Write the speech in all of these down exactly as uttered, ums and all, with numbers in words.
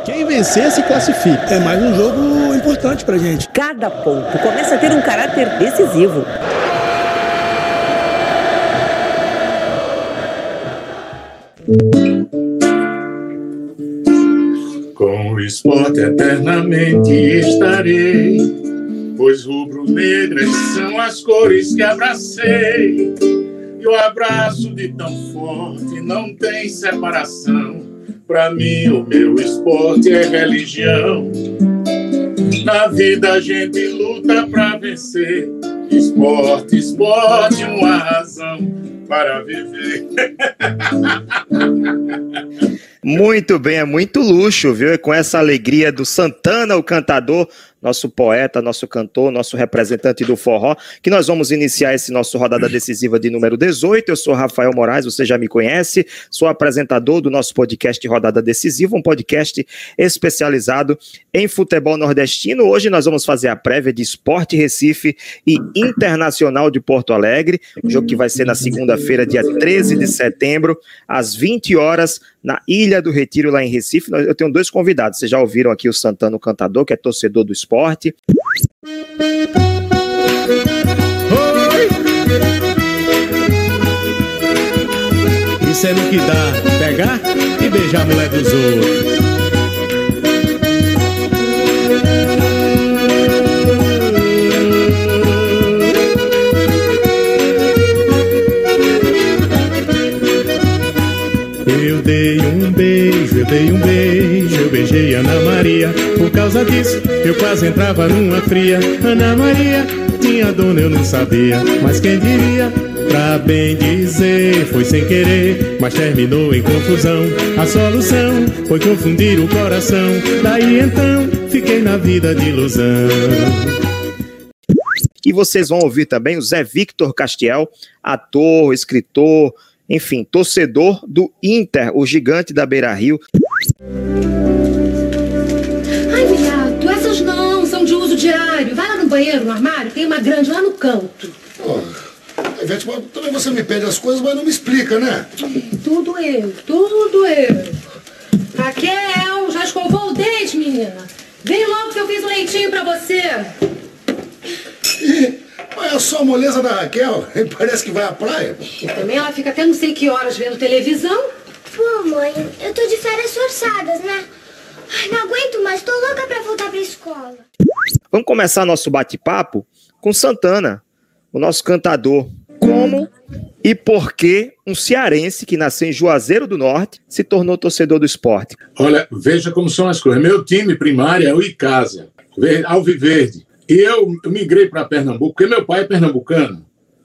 Quem vencer se classifica. É mais um jogo importante pra gente. Cada ponto começa a ter um caráter decisivo. Com o esporte eternamente estarei, pois rubro-negras são as cores que abracei. E o abraço de tão forte não tem separação. Pra mim o meu esporte é religião. Na vida a gente luta pra vencer. Esporte, esporte, uma razão para viver. Muito bem, é muito luxo, viu? E com essa alegria do Santana, o cantador, nosso poeta, nosso cantor, nosso representante do forró, que nós vamos iniciar esse nosso Rodada Decisiva de número dezoito. Eu sou Rafael Moraes, você já me conhece, sou apresentador do nosso podcast Rodada Decisiva, um podcast especializado em futebol nordestino. Hoje nós vamos fazer a prévia de Sport Recife e Internacional de Porto Alegre, um jogo que vai ser na segunda-feira, dia treze de setembro, às vinte horas, na Ilha do Retiro, lá em Recife. Eu tenho dois convidados, vocês já ouviram aqui o Santana, o cantador, que é torcedor do esporte. Oi! Isso é no que dá, pegar e beijar a mulher dos outros. Eu dei um beijo, eu dei um beijo, eu beijei Ana Maria. Por causa disso, eu quase entrava numa fria. Ana Maria tinha dona, eu não sabia, mas quem diria? Pra bem dizer, foi sem querer, mas terminou em confusão. A solução foi confundir o coração. Daí então, fiquei na vida de ilusão. E vocês vão ouvir também o Zé Victor Castiel, ator, escritor, enfim, torcedor do Inter, o gigante da Beira-Rio. Ai, viado, essas não, são de uso diário. Vai lá no banheiro, no armário, tem uma grande lá no canto. Oh, Ivete, também você me pede as coisas, mas não me explica, né? Tudo eu, tudo eu. Raquel, já escovou o dente, menina? Vem logo que eu fiz um leitinho pra você. Ih, mas é só a moleza da Raquel, parece que vai à praia. E também ela fica até não sei que horas vendo televisão. Pô, mãe, eu tô de férias forçadas, né? Ai, não aguento mais, tô louca pra voltar pra escola. Vamos começar nosso bate-papo com Santana, o nosso cantador. Como e por que um cearense que nasceu em Juazeiro do Norte se tornou torcedor do esporte? Olha, veja como são as coisas. Meu time primário é o Icasa, Alviverde. E eu migrei para Pernambuco, porque meu pai é pernambucano.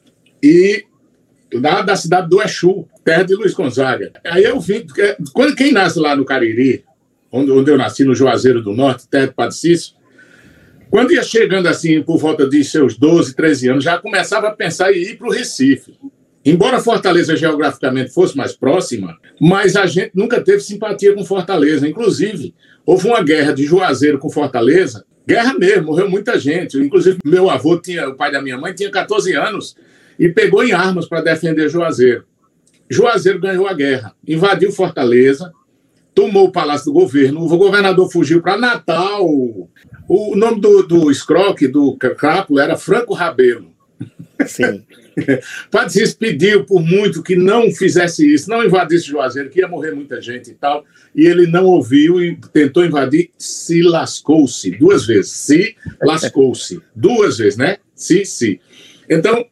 E lá da cidade do Exu, terra de Luiz Gonzaga. Aí eu vim, quando quem nasce lá no Cariri, onde, onde eu nasci, no Juazeiro do Norte, terra de Padre Cícero, quando ia chegando assim, por volta de seus doze, treze anos, já começava a pensar em ir para o Recife. Embora Fortaleza geograficamente fosse mais próxima, mas a gente nunca teve simpatia com Fortaleza. Inclusive, houve uma guerra de Juazeiro com Fortaleza, guerra mesmo, morreu muita gente. Inclusive, meu avô, tinha, o pai da minha mãe, tinha catorze anos e pegou em armas para defender Juazeiro. Juazeiro ganhou a guerra, invadiu Fortaleza, tomou o Palácio do Governo, o governador fugiu para Natal. O nome do, do escroque, do crápula, era Franco Rabelo. Sim. Padre Cícero pediu por muito que não fizesse isso, não invadisse Juazeiro, que ia morrer muita gente e tal, e ele não ouviu e tentou invadir, se lascou-se duas vezes, se lascou-se duas vezes, né? Se, se. Então,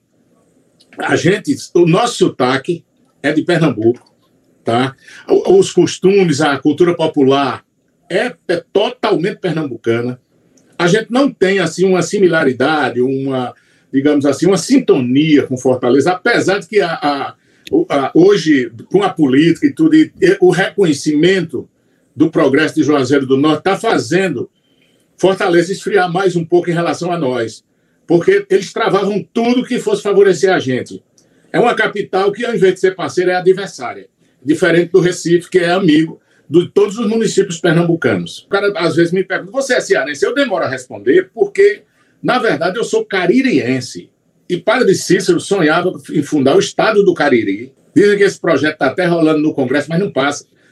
a gente, o nosso sotaque é de Pernambuco, tá? Os costumes, a cultura popular é, é totalmente pernambucana. A gente não tem, assim, uma similaridade, uma, digamos assim, uma sintonia com Fortaleza, apesar de que a, a, a, hoje, com a política e tudo, e, e, o reconhecimento do progresso de Juazeiro do Norte está fazendo Fortaleza esfriar mais um pouco em relação a nós, porque eles travavam tudo que fosse favorecer a gente. É uma capital que, ao invés de ser parceira, é adversária, diferente do Recife, que é amigo de todos os municípios pernambucanos. O cara, às vezes, me pergunta, você é cearense? Eu demoro a responder porque, na verdade, eu sou caririense. E Padre Cícero sonhava em fundar o estado do Cariri. Dizem que esse projeto está até rolando no Congresso, mas não passa.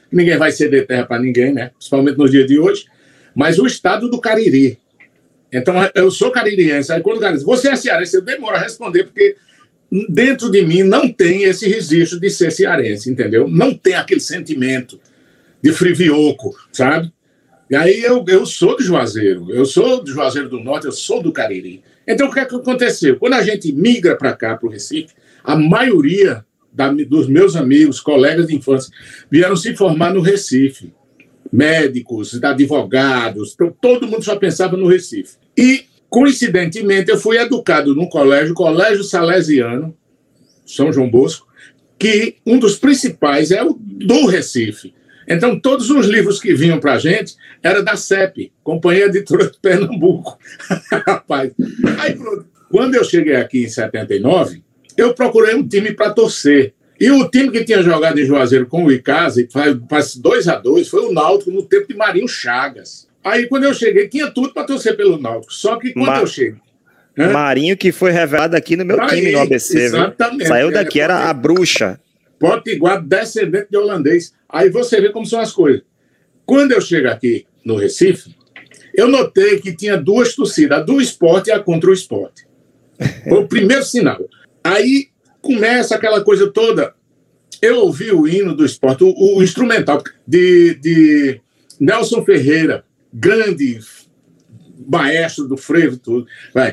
ninguém vai ceder terra para ninguém, né? Principalmente nos dias de hoje, mas o estado do Cariri. Então, eu sou caririense, aí quando o cara diz, você é cearense, eu demoro a responder, porque dentro de mim não tem esse registro de ser cearense, entendeu? Não tem aquele sentimento de frivioco, sabe? E aí eu, eu sou do Juazeiro, eu sou do Juazeiro do Norte, eu sou do Cariri. Então, o que é que aconteceu? Quando a gente migra para cá, para o Recife, a maioria da, dos meus amigos, colegas de infância, vieram se formar no Recife. Médicos, advogados, todo mundo só pensava no Recife. E, coincidentemente, eu fui educado num colégio, Colégio Salesiano, São João Bosco, que um dos principais é o do Recife. Então, todos os livros que vinham para a gente eram da C E P, Companhia Editora de Pernambuco. Rapaz, aí pronto. Quando eu cheguei aqui em setenta e nove, eu procurei um time para torcer. E o time que tinha jogado em Juazeiro com o Icasa, faz dois a dois, foi o Náutico no tempo de Marinho Chagas. Aí, quando eu cheguei, tinha tudo para torcer pelo Náutico. Só que quando Ma... eu cheguei... Né? Marinho, que foi revelado aqui no meu Aí, time no A B C. Exatamente. Saiu daqui, é, era a bruxa. Potiguar, descendente de holandês. Aí você vê como são as coisas. Quando eu chego aqui no Recife, eu notei que tinha duas torcidas, a do esporte e a contra o esporte. Foi o primeiro sinal. Aí começa aquela coisa toda. Eu ouvi o hino do esporte, o, o instrumental de, de Nelson Ferreira, grande maestro do frevo, tudo. Vai.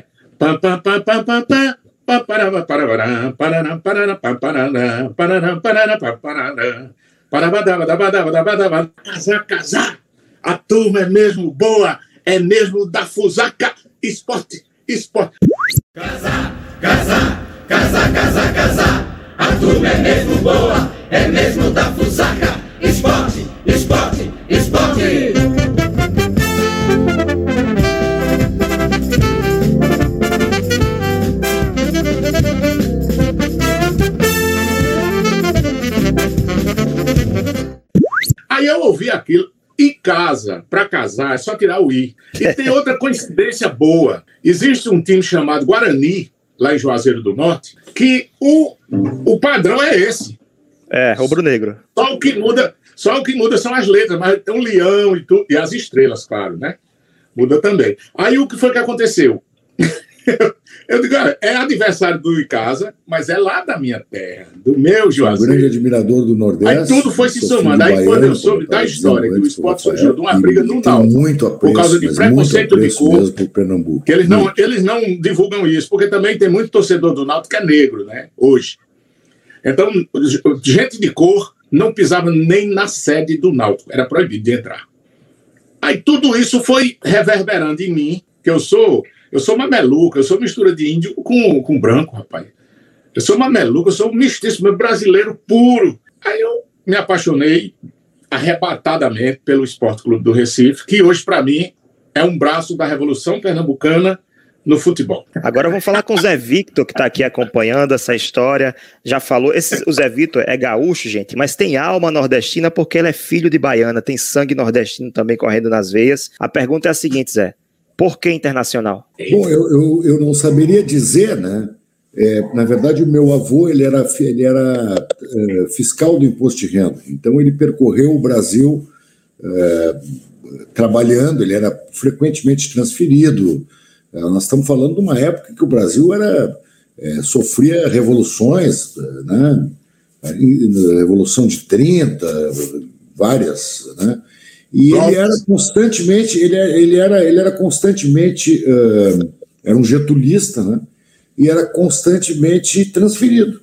Casar, casar. A turma é mesmo boa, é mesmo da fusaca. Esporte, esporte. Casar, casar. Casa, casa, casa, a turma é mesmo boa, é mesmo da fusaca. Esporte, esporte, esporte. Aí eu ouvi aquilo, e casa, para casar, é só tirar o i. E tem outra coincidência boa. Existe um time chamado Guarani, lá em Juazeiro do Norte, que o, o padrão é esse. É, rubro-negro. Só o que muda, só o que muda são as letras, mas tem um leão e tudo, e as estrelas, claro, né? Muda também. Aí o que foi que aconteceu? Eu digo, cara, é adversário do Icasa, mas é lá da minha terra, do meu Juazeiro. Um grande admirador do Nordeste. Aí tudo foi se somando. Aí quando eu soube da história que o esporte surgiu de uma briga no Náutico, por causa de preconceito de cor, que eles não, eles não divulgam isso, porque também tem muito torcedor do Náutico que é negro, né, hoje. Então, gente de cor não pisava nem na sede do Náutico, era proibido de entrar. Aí tudo isso foi reverberando em mim, que eu sou... Eu sou mameluca, eu sou mistura de índio com, com branco, rapaz. Eu sou mameluca, eu sou um mestiço, meu brasileiro puro. Aí eu me apaixonei arrebatadamente pelo Esporte Clube do Recife, que hoje, para mim, é um braço da Revolução Pernambucana no futebol. Agora vamos falar com o Zé Victor, que está aqui acompanhando essa história. Já falou, esse, o Zé Victor é gaúcho, gente, mas tem alma nordestina porque ele é filho de baiana, tem sangue nordestino também correndo nas veias. A pergunta é a seguinte, Zé. Por que internacional? Bom, eu, eu, eu não saberia dizer, né? É, na verdade, o meu avô ele era, ele era é, fiscal do imposto de renda. Então, ele percorreu o Brasil é, trabalhando, ele era frequentemente transferido. É, nós estamos falando de uma época que o Brasil era, é, sofria revoluções, né? Revolução de trinta, várias, né? E ele era constantemente, ele, ele, era, ele era constantemente, uh, era um getulista, né? E era constantemente transferido.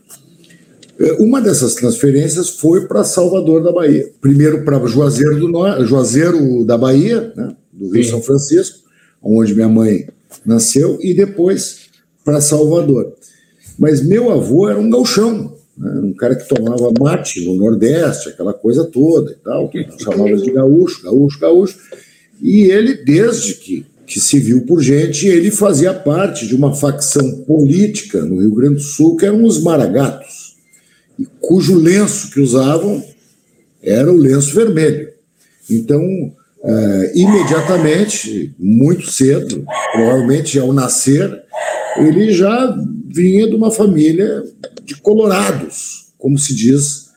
Uma dessas transferências foi para Salvador da Bahia. Primeiro para Juazeiro, do Norte, Juazeiro da Bahia, né? Do Rio Sim. São Francisco, onde minha mãe nasceu, e depois para Salvador. Mas meu avô era um gauchão, né? Um cara que tomava mate no Nordeste, aquela coisa toda e tal, que nós chamávamos de gaúcho, gaúcho, gaúcho. E ele, desde que, que se viu por gente, ele fazia parte de uma facção política no Rio Grande do Sul, que eram os maragatos, e cujo lenço que usavam era o lenço vermelho. Então, uh, imediatamente, muito cedo, provavelmente ao nascer, ele já vinha de uma família de colorados, como se diz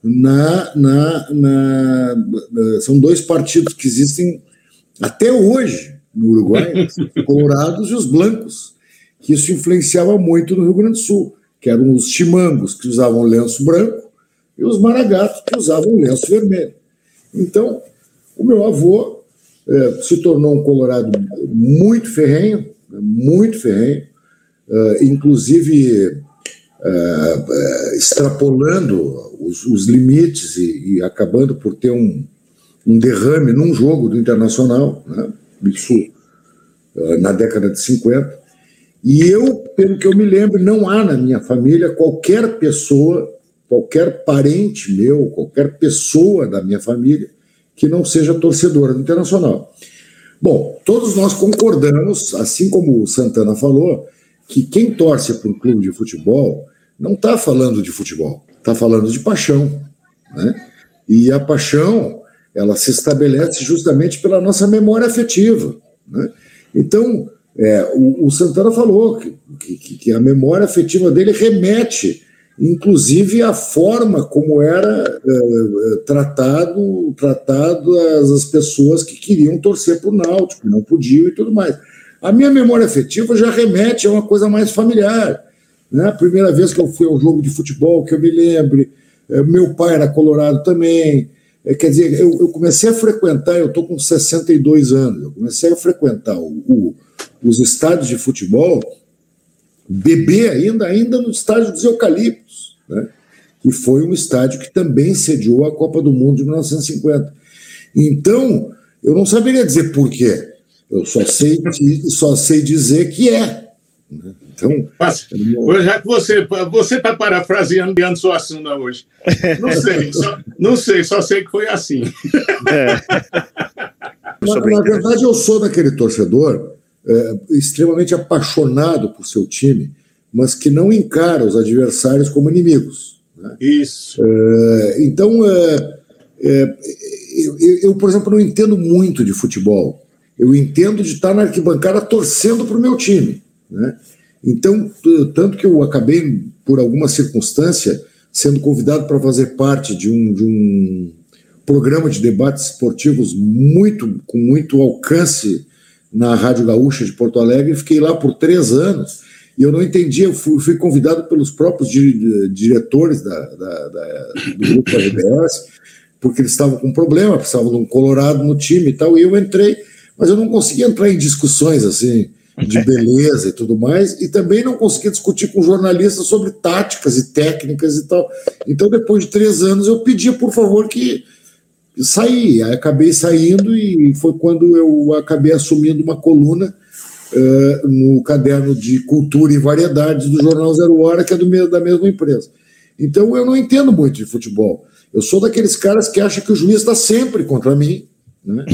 na, na, na, na... São dois partidos que existem até hoje no Uruguai, os colorados e os blancos, que isso influenciava muito no Rio Grande do Sul, que eram os chimangos, que usavam lenço branco, e os maragatos, que usavam lenço vermelho. Então, o meu avô eh, se tornou um colorado muito ferrenho, muito ferrenho, eh, inclusive eh, eh, extrapolando os, os limites e, e acabando por ter um, um derrame num jogo do Internacional, né? Isso eh, na década de cinquenta. E eu, pelo que eu me lembro, não há na minha família qualquer pessoa, qualquer parente meu, qualquer pessoa da minha família que não seja torcedora do Internacional. Bom, todos nós concordamos, assim como o Santana falou, que quem torce para um clube de futebol não está falando de futebol, está falando de paixão, né? E a paixão, ela se estabelece justamente pela nossa memória afetiva, né? Então, é, o, o Santana falou que, que, que a memória afetiva dele remete, inclusive, à forma como era é, tratado, tratado as, as pessoas que queriam torcer para o Náutico, não podiam e tudo mais. A minha memória afetiva já remete a uma coisa mais familiar, né? A primeira vez que eu fui ao jogo de futebol, que eu me lembre, é, meu pai era colorado também. É, quer dizer, eu, eu comecei a frequentar, eu estou com sessenta e dois anos, eu comecei a frequentar o, o, os estádios de futebol, bebê ainda, ainda no estádio dos Eucaliptos, né? Que foi um estádio que também sediou a Copa do Mundo de mil novecentos e cinquenta. Então, eu não saberia dizer por quê, eu só sei, só sei dizer que é. Né? Então, Mas, já que você você está parafraseando Leandro Suassuna hoje. Não sei, só, não sei, só sei que foi assim. É. Na, na verdade, eu sou daquele torcedor é, extremamente apaixonado por seu time, mas que não encara os adversários como inimigos. Né? Isso. É, então, é, é, eu, eu, por exemplo, não entendo muito de futebol. Eu entendo de estar na arquibancada torcendo para o meu time, né? Então, tanto que eu acabei, por alguma circunstância, sendo convidado para fazer parte de um, de um programa de debates esportivos muito, com muito alcance na Rádio Gaúcha de Porto Alegre. Fiquei lá por três anos e eu não entendia, eu fui, fui convidado pelos próprios di, diretores da, da, da, do grupo R B S, porque eles estavam com problema, precisavam de um colorado no time e tal, e eu entrei, mas eu não conseguia entrar em discussões assim, de beleza e tudo mais, e também não conseguia discutir com jornalistas sobre táticas e técnicas e tal. Então, depois de três anos, eu pedia, por favor, que saí. Aí acabei saindo e foi quando eu acabei assumindo uma coluna uh, no caderno de Cultura e Variedades do Jornal Zero Hora, que é do mesmo, da mesma empresa. Então, eu não entendo muito de futebol. Eu sou daqueles caras que acham que o juiz está sempre contra mim, né?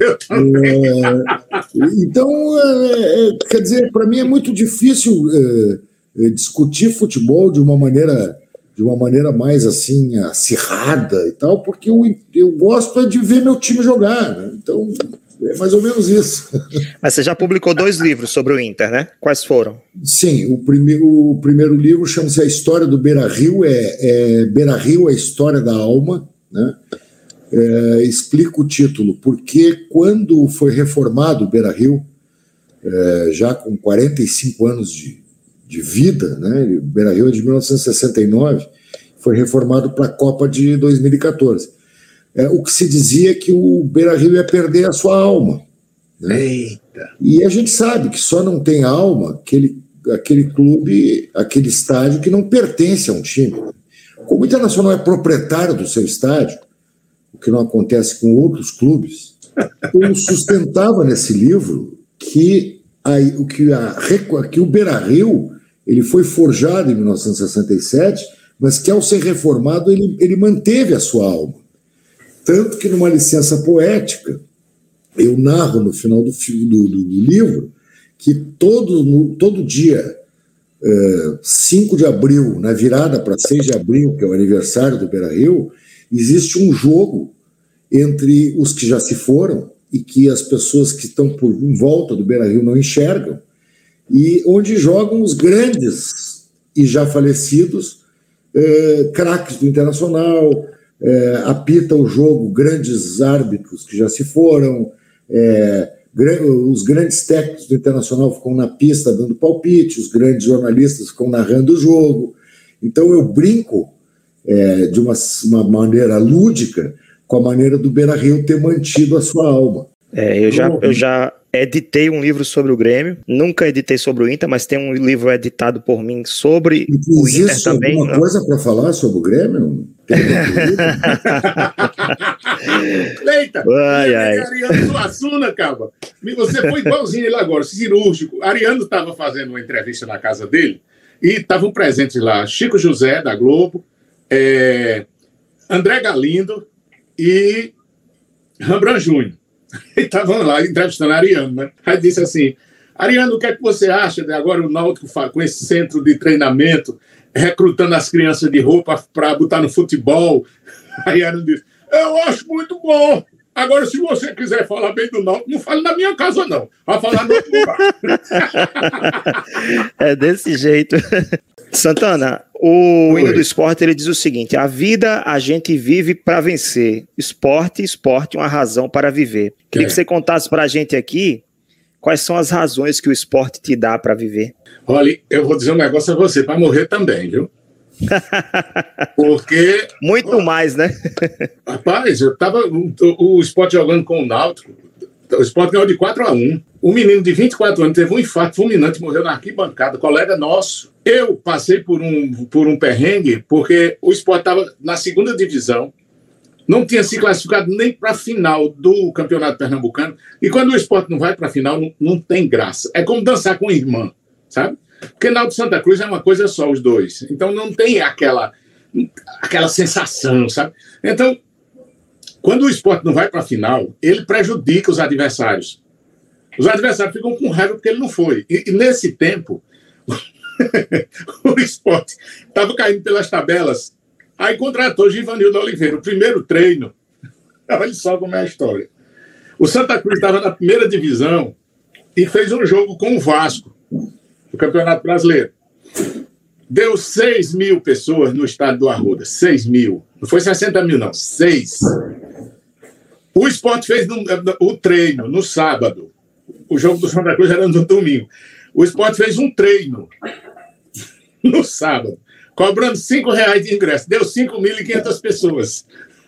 É, então, é, é, quer dizer, para mim é muito difícil é, é, discutir futebol de uma maneira de uma maneira mais assim acirrada e tal, porque eu, eu gosto de ver meu time jogar, né? Então é mais ou menos isso. Mas você já publicou dois livros sobre o Inter, né? Quais foram? Sim, o primeiro, o primeiro livro chama-se A História do Beira-Rio, é, é Beira-Rio, a História da Alma, né? É, explica o título, porque quando foi reformado o Beira-Rio, é, já com quarenta e cinco anos de, de vida, né, o Beira-Rio é de mil novecentos e sessenta e nove, foi reformado para a Copa de dois mil e quatorze. É, o que se dizia é que o Beira-Rio ia perder a sua alma. Né? Eita. E a gente sabe que só não tem alma aquele, aquele clube, aquele estádio que não pertence a um time. Como o Internacional é proprietário do seu estádio, o que não acontece com outros clubes, eu sustentava nesse livro que, a, o, que, a, que o Beira-Rio ele foi forjado em mil novecentos e sessenta e sete, mas que ao ser reformado ele, ele manteve a sua alma. Tanto que numa licença poética, eu narro no final do, do, do livro que todo, no, todo dia, é, cinco de abril, na virada para seis de abril, que é o aniversário do Beira-Rio, existe um jogo entre os que já se foram e que as pessoas que estão por em volta do Beira-Rio não enxergam, e onde jogam os grandes e já falecidos eh, craques do Internacional, é, apita o jogo grandes árbitros que já se foram, é, os grandes técnicos do Internacional ficam na pista dando palpite, os grandes jornalistas ficam narrando o jogo. Então eu brinco é, de uma, uma maneira lúdica com a maneira do Beira-Rio ter mantido a sua alma. É, eu, já, eu já editei um livro sobre o Grêmio, nunca editei sobre o Inter, mas tem um livro editado por mim sobre o Inter Existe também. Alguma coisa para falar sobre o Grêmio? Eita, ai, ai. Ariano Suassuna, cara. Você foi igualzinho ele agora, cirúrgico. Ariano estava fazendo uma entrevista na casa dele e estavam presentes lá Chico José, da Globo, é, André Galindo e Rembrandt Júnior. E estavam lá entrevistando a Ariano, né? Aí disse assim, Ariano, o que é que você acha de agora o Náutico com esse centro de treinamento, recrutando as crianças de roupa para botar no futebol? Aí Ariano disse, eu acho muito bom. Agora, se você quiser falar bem do Náutico, não fale na minha casa, não. Vai falar no outro lugar. É desse jeito. Santana, o Oi. hino do esporte, ele diz o seguinte, a vida a gente vive para vencer. Esporte, esporte, uma razão para viver. Queria É. que você contasse para a gente aqui quais são as razões que o esporte te dá para viver. Olha, eu vou dizer um negócio a você, para morrer também, viu? Porque... Muito mais, né? Rapaz, eu tava o, o Sport jogando com o Náutico, o Sport ganhou de quatro a um. Um menino de vinte e quatro anos teve um infarto fulminante, morreu na arquibancada, colega nosso. Eu passei por um, por um perrengue, porque o Sport estava na segunda divisão, não tinha se classificado nem para a final do Campeonato Pernambucano, e quando o Sport não vai para a final, não, não tem graça. É como dançar com a irmã, sabe? Porque Náutico Santa Cruz é uma coisa só, os dois. Então não tem aquela, aquela sensação, sabe? Então, quando o Sport não vai para a final, ele prejudica os adversários. Os adversários ficam com raiva porque ele não foi. E, e nesse tempo, o Sport estava caindo pelas tabelas. Aí contratou Givanildo Oliveira. O primeiro treino, olha só como é a história. O Santa Cruz estava na primeira divisão e fez um jogo com o Vasco, no Campeonato Brasileiro. Deu seis mil pessoas no estádio do Arruda. seis mil. Não foi sessenta mil, não. seis. O Sport fez no, o treino no sábado. O jogo do Santa Cruz era no domingo. O Sport fez um treino no sábado, cobrando cinco reais de ingresso. Deu cinco mil e quinhentas pessoas.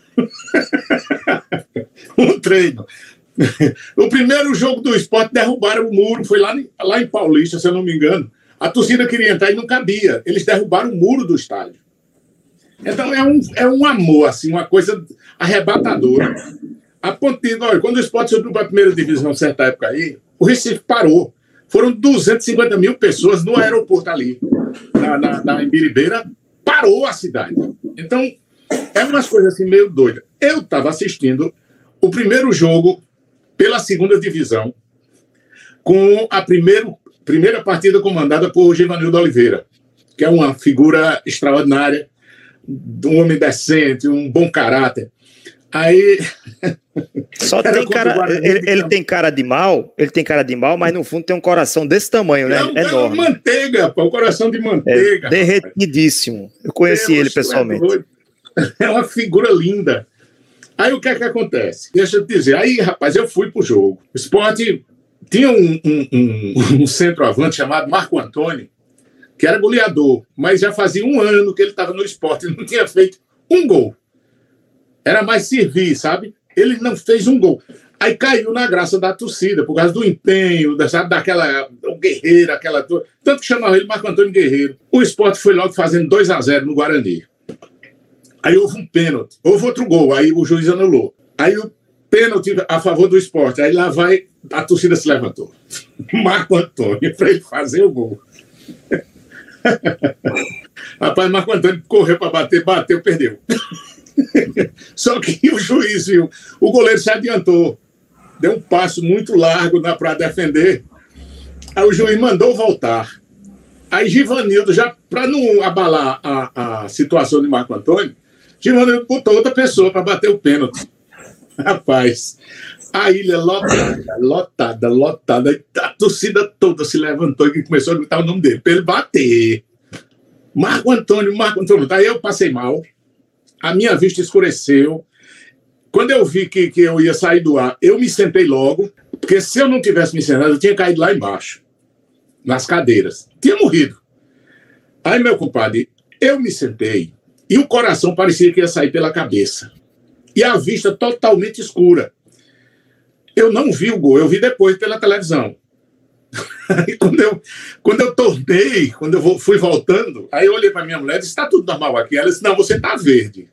Um treino. O primeiro jogo do Sport derrubaram o muro. Foi lá, lá em Paulista, se eu não me engano. A torcida queria entrar e não cabia. Eles derrubaram o muro do estádio. Então é um, é um amor, assim, uma coisa arrebatadora. A ponto de, olha, quando o Sport subiu para a primeira divisão, certa época aí, o Recife parou. Foram duzentas e cinquenta mil pessoas no aeroporto ali, na, na, na Embiribeira, parou a cidade. Então, é umas coisas assim meio doidas. Eu estava assistindo o primeiro jogo pela segunda divisão, com a primeiro, primeira partida comandada por Givanildo Oliveira, que é uma figura extraordinária, um homem decente, um bom caráter. Aí... Só tem cara, ele, ele tem cara de mal, ele tem cara de mal, mas no fundo tem um coração desse tamanho, né? É, é enorme. É manteiga, pô, um coração de manteiga. É derretidíssimo. Eu conheci Deus, ele pessoalmente. É, é uma figura linda. Aí o que é que acontece? Deixa eu te dizer. Aí, rapaz, eu fui pro jogo. O Sport tinha um, um, um, um centroavante chamado Marco Antônio, que era goleador, mas já fazia um ano que ele estava no Sport e não tinha feito um gol. Era mais servir, sabe? Ele não fez um gol. Aí caiu na graça da torcida, por causa do empenho, da, sabe, daquela... O Guerreiro, aquela... Tanto que chamava ele Marco Antônio Guerreiro. O Sport foi logo fazendo dois a zero no Guarani. Aí houve um pênalti. Houve outro gol, aí o juiz anulou. Aí o pênalti a favor do Sport. Aí lá vai... A torcida se levantou. Marco Antônio, para ele fazer o gol. Rapaz, Marco Antônio correu para bater, bateu, perdeu. Só que o juiz viu, o goleiro se adiantou, deu um passo muito largo para defender. Aí o juiz mandou voltar. Aí Givanildo, já para não abalar a, a situação de Marco Antônio, Givanildo botou outra pessoa para bater o pênalti. Rapaz, a ilha lotada, lotada, lotada, a torcida toda se levantou e começou a gritar o nome dele, para ele bater. Marco Antônio, Marco Antônio. Aí eu passei mal. a minha vista escureceu. Quando eu vi que, que eu ia sair do ar, eu me sentei logo, porque se eu não tivesse me sentado, eu tinha caído lá embaixo, nas cadeiras. Tinha morrido. Aí, meu compadre, eu me sentei e o coração parecia que ia sair pela cabeça. E a vista totalmente escura. Eu não vi o gol, eu vi depois pela televisão. Aí, quando eu, quando eu tornei, quando eu fui voltando, aí eu olhei para minha mulher e disse, está tudo normal aqui? Ela disse, não, você está verde.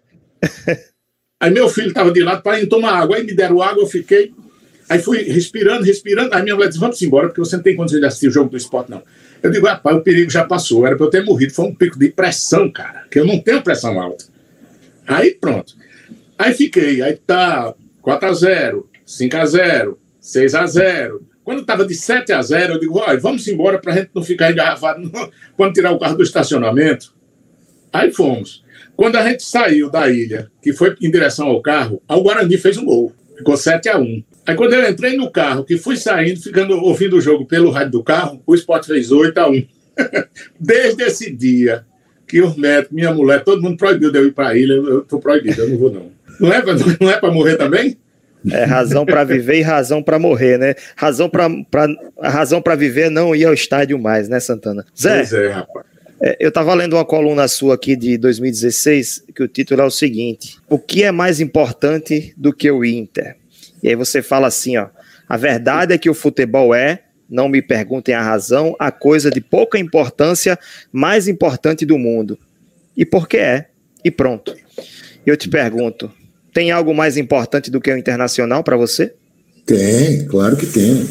Aí meu filho estava de lado para ir tomar água, aí me deram água, eu fiquei, aí fui respirando, respirando, aí minha mulher disse, vamos embora, porque você não tem condições de assistir o jogo do esporte, não. Eu digo, rapaz, o perigo já passou, era para eu ter morrido, foi um pico de pressão, cara, que eu não tenho pressão alta. Aí pronto. Aí fiquei, aí tá quatro a zero, cinco a zero, seis a zero. Quando estava de sete a zero, eu digo, olha, vamos embora para a gente não ficar engarrafado não, quando tirar o carro do estacionamento. Aí fomos. Quando a gente saiu da ilha, que foi em direção ao carro, o Guarani fez um gol. Ficou sete a um. Aí quando eu entrei no carro, que fui saindo, ficando ouvindo o jogo pelo rádio do carro, o Sport fez oito a um. Desde esse dia que os médicos, minha mulher, todo mundo proibiu de eu ir para a ilha, eu estou proibido, eu não vou não. Não é, não é para morrer também? É razão para viver e razão para morrer, né? Razão para razão para viver não ir ao estádio mais, né, Santana? Zé, pois é, rapaz. É, eu estava lendo uma coluna sua aqui de dois mil e dezesseis, que o título é o seguinte: o que é mais importante do que o Inter? E aí você fala assim, ó, a verdade é que o futebol é, não me perguntem a razão, a coisa de pouca importância, mais importante do mundo. E por que é? E pronto. Eu te pergunto, tem algo mais importante do que o Internacional para você? Tem, claro que tem.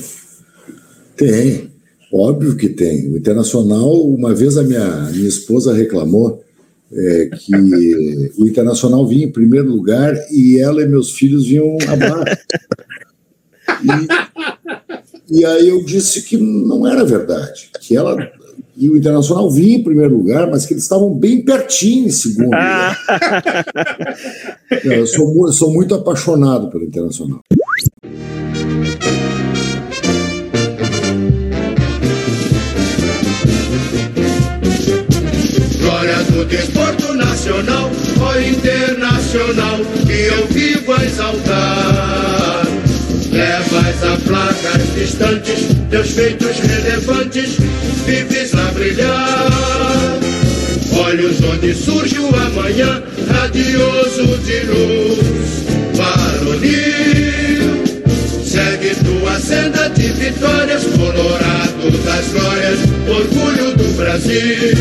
Tem, óbvio que tem. O Internacional, uma vez a minha, minha esposa reclamou é, que o Internacional vinha em primeiro lugar e ela e meus filhos vinham abaixo. E, e aí eu disse que não era verdade, que ela... E o Internacional vinha em primeiro lugar, mas que eles estavam bem pertinho em segundo lugar. Eu sou, eu sou muito apaixonado pelo Internacional. Glória do desporto nacional, ó Internacional, que eu vivo a exaltar. Levas a placas distantes, teus feitos relevantes, vives lá brilhar. Olhos onde surge o amanhã, radioso de luz, varonil. Segue tua senda de vitórias, colorado das glórias, orgulho do Brasil.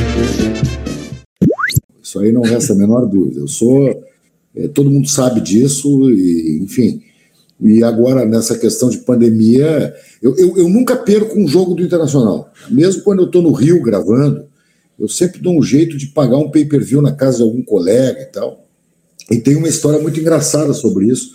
Isso aí não resta a menor dúvida. Eu sou... É, todo mundo sabe disso, e, enfim... E agora, nessa questão de pandemia, eu, eu, eu nunca perco um jogo do Internacional. Mesmo quando eu estou no Rio gravando, eu sempre dou um jeito de pagar um pay-per-view na casa de algum colega e tal. E tem uma história muito engraçada sobre isso.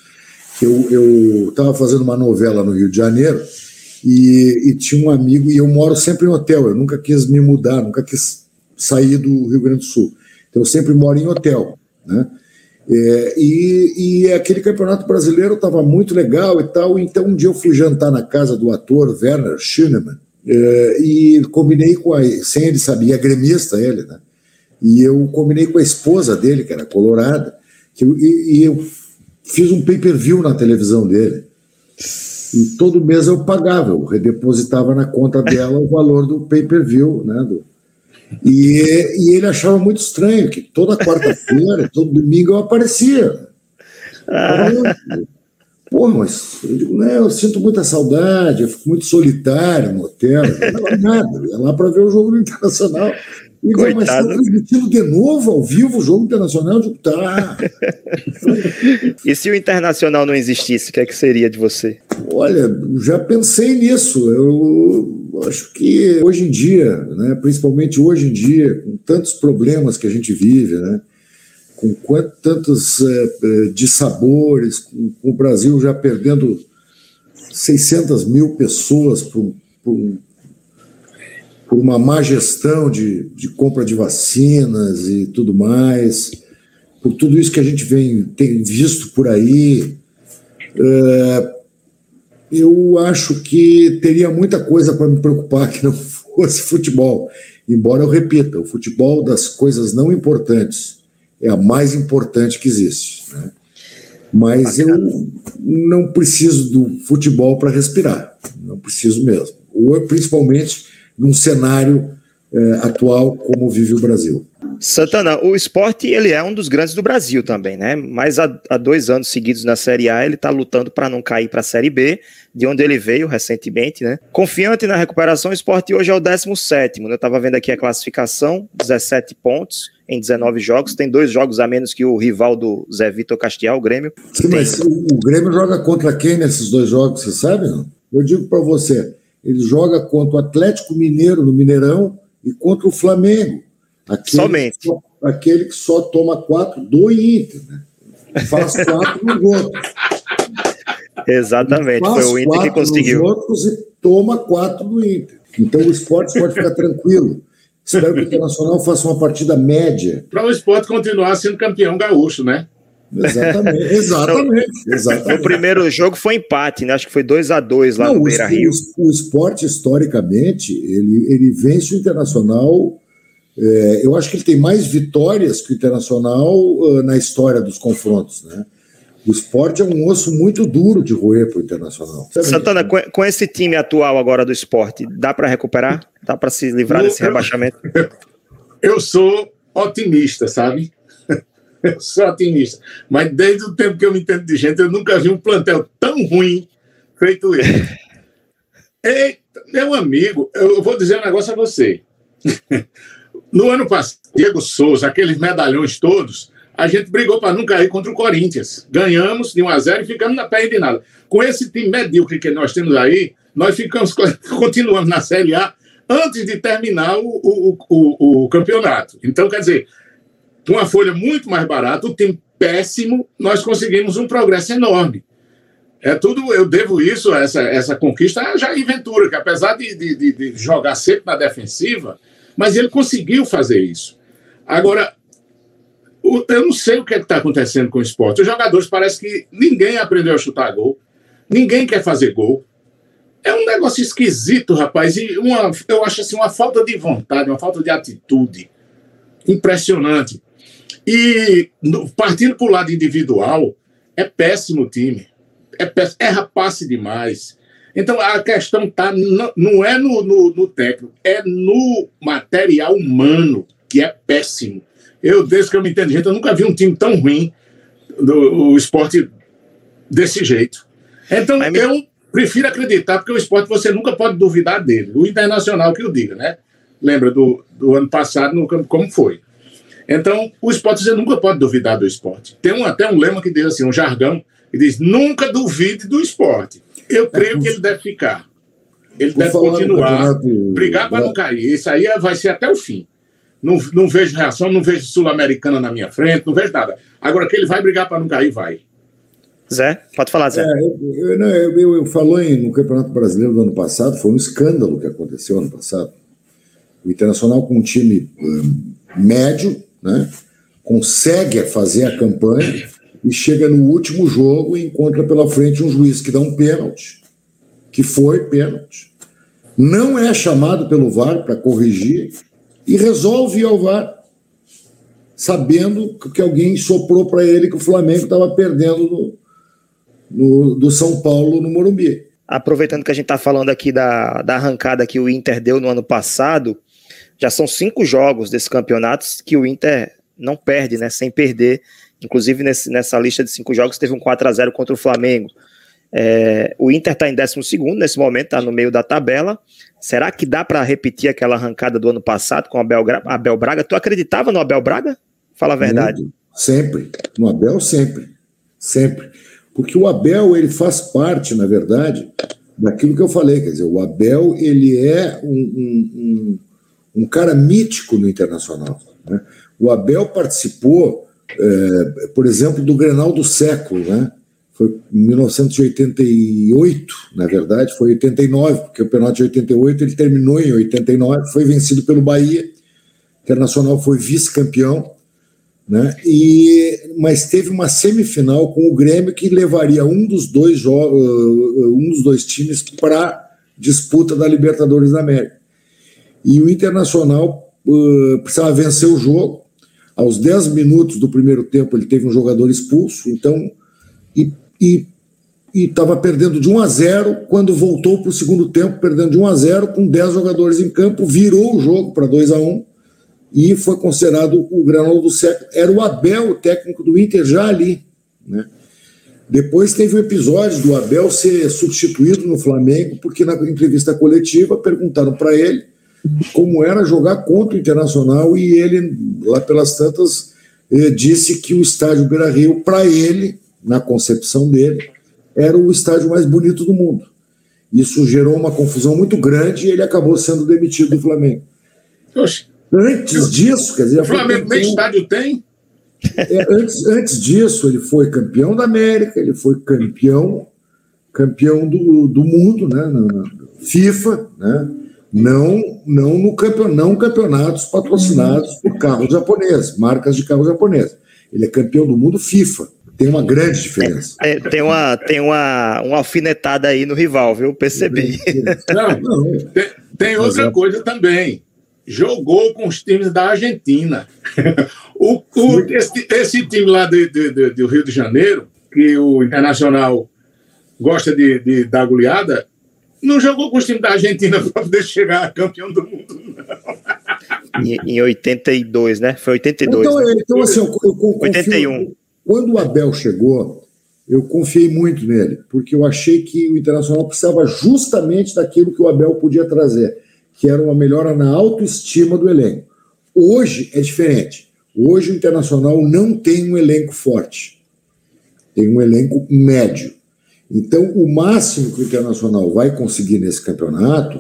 Eu estava fazendo uma novela no Rio de Janeiro e, e tinha um amigo, e eu moro sempre em hotel, eu nunca quis me mudar, nunca quis sair do Rio Grande do Sul. Então eu sempre moro em hotel, né? É, e, e aquele campeonato brasileiro estava muito legal e tal, então um dia eu fui jantar na casa do ator Werner Schönemann é, e combinei com a, sem ele saber, é gremista ele, né? E eu combinei com a esposa dele, que era colorada, que eu, e, e eu fiz um pay-per-view na televisão dele, e todo mês eu pagava, eu redepositava na conta dela o valor do pay-per-view, né, do, E, e ele achava muito estranho que toda quarta-feira, todo domingo eu aparecia. Ah. Porra, mas eu digo, não, eu sinto muita saudade, eu fico muito solitário no hotel. Não é nada, eu ia lá para ver o jogo do Internacional. E digo, mas estão transmitindo de novo ao vivo o jogo Internacional? Eu digo, tá. E se o Internacional não existisse, o que é que seria de você? Olha, já pensei nisso. Eu acho que hoje em dia, né, principalmente hoje em dia, com tantos problemas que a gente vive, né, com quantos, tantos é, dissabores, com, com o Brasil já perdendo seiscentas mil pessoas por, por, por uma má gestão de, de compra de vacinas e tudo mais, por tudo isso que a gente vem, tem visto por aí, é, eu acho que teria muita coisa para me preocupar que não fosse futebol. Embora eu repita, o futebol das coisas não importantes é a mais importante que existe, né? Mas eu não preciso do futebol para respirar, não preciso mesmo. Ou principalmente num cenário eh, atual como vive o Brasil. Santana, o Sport ele é um dos grandes do Brasil também, né? Mas há, há dois anos seguidos na Série A ele está lutando para não cair para a Série B, de onde ele veio recentemente, né? Confiante na recuperação, o Sport hoje é o décimo sétimo, né? Eu estava vendo aqui a classificação, dezessete pontos em dezenove jogos, tem dois jogos a menos que o rival do Zé Vitor Castiel, o Grêmio. Sim, mas o, o Grêmio joga contra quem nesses dois jogos, você sabe? Não? Eu digo para você, ele joga contra o Atlético Mineiro no Mineirão e contra o Flamengo. Aquele Somente. Que só, aquele que só toma quatro do Inter, né? Faz quatro no outro. Exatamente, foi o Inter que conseguiu. Nos outros e toma quatro do Inter. Então o Sport pode ficar tranquilo. Espero que o Internacional faça uma partida média. Para o Sport continuar sendo campeão gaúcho, né? Exatamente, exatamente, exatamente. O primeiro jogo foi empate, né? Acho que foi dois a dois lá Não, no Beira-Rio. O, o Sport, historicamente, ele, ele vence o Internacional. É, eu acho que ele tem mais vitórias que o Internacional uh, na história dos confrontos, né? O Sport é um osso muito duro de roer para o Internacional. Santana, com, com esse time atual agora do Sport, dá para recuperar? Dá para se livrar eu, desse rebaixamento? Eu, eu sou otimista, sabe? Eu sou otimista. Mas desde o tempo que eu me entendo de gente, eu nunca vi um plantel tão ruim feito ele. Eita, meu amigo, eu vou dizer um negócio a você. No ano passado, Diego Souza, aqueles medalhões todos, a gente brigou para não cair contra o Corinthians. Ganhamos de um a zero e ficamos na pé de nada. Com esse time medíocre que nós temos aí, nós ficamos, continuamos na Série A antes de terminar o, o, o, o campeonato. Então, quer dizer, com uma folha muito mais barata, o time péssimo, nós conseguimos um progresso enorme. É tudo, eu devo isso, essa, essa conquista a Jair Ventura, que apesar de, de, de jogar sempre na defensiva, mas ele conseguiu fazer isso. Agora, eu não sei o que é está acontecendo com o Sport. Os jogadores parece que ninguém aprendeu a chutar gol, ninguém quer fazer gol. É um negócio esquisito, rapaz, e uma, eu acho assim, uma falta de vontade, uma falta de atitude impressionante. E no, partindo para o lado individual, é péssimo o time. É péssimo, erra passe demais. Então a questão tá, não, não é no, no, no técnico, é no material humano, que é péssimo. Eu, desde que eu me entendo, gente, eu nunca vi um time tão ruim do o esporte desse jeito. Então, Mas, eu me... prefiro acreditar, porque o esporte você nunca pode duvidar dele. O Internacional que o diga, né? Lembra do, do ano passado, no, como foi. Então, o esporte você nunca pode duvidar do esporte. Tem um, até um lema que diz assim, um jargão, que diz, nunca duvide do esporte. Eu creio é, que ele deve ficar. Ele deve continuar, brigar para não cair. Isso aí vai ser até o fim. Não, não vejo reação, não vejo Sul-Americana na minha frente, não vejo nada. Agora que ele vai brigar para não cair, vai. Zé, pode falar, Zé. É, eu, eu, eu, eu, eu falou em, no Campeonato Brasileiro do ano passado, foi um escândalo que aconteceu ano passado. O Internacional com um time um, médio, né, consegue fazer a campanha e chega no último jogo e encontra pela frente um juiz que dá um pênalti, que foi pênalti. Não é chamado pelo V A R para corrigir e resolve ir ao V A R, sabendo que alguém soprou para ele que o Flamengo estava perdendo no, no, do São Paulo no Morumbi. Aproveitando que a gente está falando aqui da, da arrancada que o Inter deu no ano passado, já são cinco jogos desses campeonatos que o Inter não perde, né, sem perder. Inclusive nesse, nessa lista de cinco jogos teve um quatro a zero contra o Flamengo. É, o Inter está em décimo segundo nesse momento, está no meio da tabela. Será que dá para repetir aquela arrancada do ano passado com o Abel, Abel Braga? Tu acreditava no Abel Braga? Fala a verdade. Muito, sempre. No Abel, sempre. Sempre. Porque o Abel, ele faz parte, na verdade, daquilo que eu falei. Quer dizer, o Abel, ele é um, um, um, um cara mítico no Internacional, né? O Abel participou, é, por exemplo, do Grenal do século, né? Foi em mil novecentos e oitenta e oito, na verdade, foi oitenta e nove, porque o campeonato de oitenta e oito ele terminou em oitenta e nove, foi vencido pelo Bahia, o Internacional foi vice-campeão, né? E, mas teve uma semifinal com o Grêmio que levaria um dos dois, jogos, um dos dois times para disputa da Libertadores da América. E o Internacional uh, precisava vencer o jogo. Aos dez minutos do primeiro tempo, ele teve um jogador expulso, então, e estava perdendo de um a zero, quando voltou para o segundo tempo, perdendo de um a zero, com dez jogadores em campo, virou o jogo para dois a um, e foi considerado o granal do século. Era o Abel, o técnico do Inter, já ali, né? Depois teve o episódio do Abel ser substituído no Flamengo, porque na entrevista coletiva perguntaram para ele como era jogar contra o Internacional, e ele, lá pelas tantas, eh, disse que o estádio Beira-Rio, para ele, na concepção dele, era o estádio mais bonito do mundo. Isso gerou uma confusão muito grande e ele acabou sendo demitido do Flamengo. Oxe. Antes disso, quer dizer... O Flamengo nem estádio tem? É, antes, antes disso, ele foi campeão da América, ele foi campeão, campeão do, do mundo, né, na, na FIFA, né, não, não, no campeon, não campeonatos patrocinados por carros japoneses, marcas de carros japoneses. Ele é campeão do mundo FIFA. Tem uma grande diferença. Tem, tem, uma, tem uma, uma alfinetada aí no rival, viu? Percebi. Não, não. Tem, tem outra coisa também. Jogou com os times da Argentina. O, o, esse, esse time lá de, de, de, do Rio de Janeiro, que o Internacional gosta de, de dar goleada, não jogou com os times da Argentina para poder chegar a campeão do mundo, não. Em, em oitenta e dois, né? Foi oitenta e dois. Então, né? então assim, eu, eu confio, oitenta e um. Quando o Abel chegou, eu confiei muito nele, porque eu achei que o Internacional precisava justamente daquilo que o Abel podia trazer, que era uma melhora na autoestima do elenco. Hoje é diferente. Hoje o Internacional não tem um elenco forte. Tem um elenco médio. Então, o máximo que o Internacional vai conseguir nesse campeonato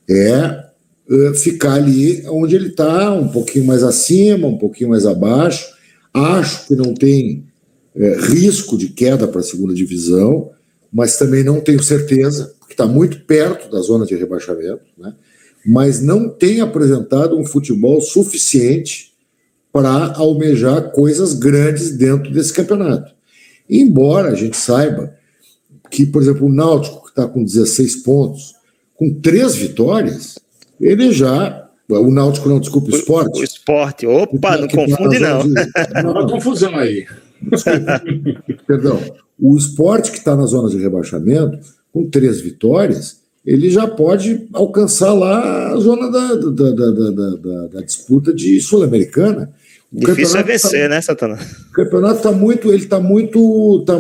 é uh, ficar ali onde ele está, um pouquinho mais acima, um pouquinho mais abaixo. Acho que não tem é, risco de queda para a segunda divisão, mas também não tenho certeza, porque está muito perto da zona de rebaixamento, né? Mas não tem apresentado um futebol suficiente para almejar coisas grandes dentro desse campeonato. Embora a gente saiba que, por exemplo, o Náutico, que está com dezesseis pontos, com três vitórias, ele já... O Náutico não, desculpa, o Sport. O Sport, opa, não confunde não. Não, uma confusão aí. Desculpa, perdão. O Sport, que está na zona de rebaixamento, com três vitórias, ele já pode alcançar lá a zona da, da, da, da, da, da disputa de Sul-Americana. Difícil é vencer, tá, né, Santana? O campeonato está muito, ele está muito, tá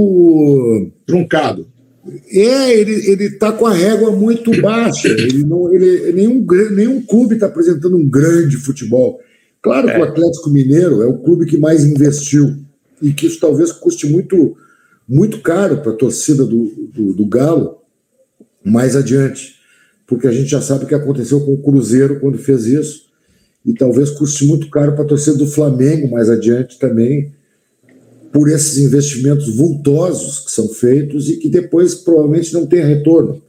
muito truncado. É, ele ele está com a régua muito baixa. Ele não, ele, nenhum, nenhum clube está apresentando um grande futebol. Claro é. que o Atlético Mineiro é o clube que mais investiu e que isso talvez custe muito, muito caro para a torcida do, do, do Galo mais adiante, porque a gente já sabe o que aconteceu com o Cruzeiro quando fez isso, e talvez custe muito caro para a torcida do Flamengo mais adiante também, por esses investimentos vultosos que são feitos e que depois provavelmente não tem retorno.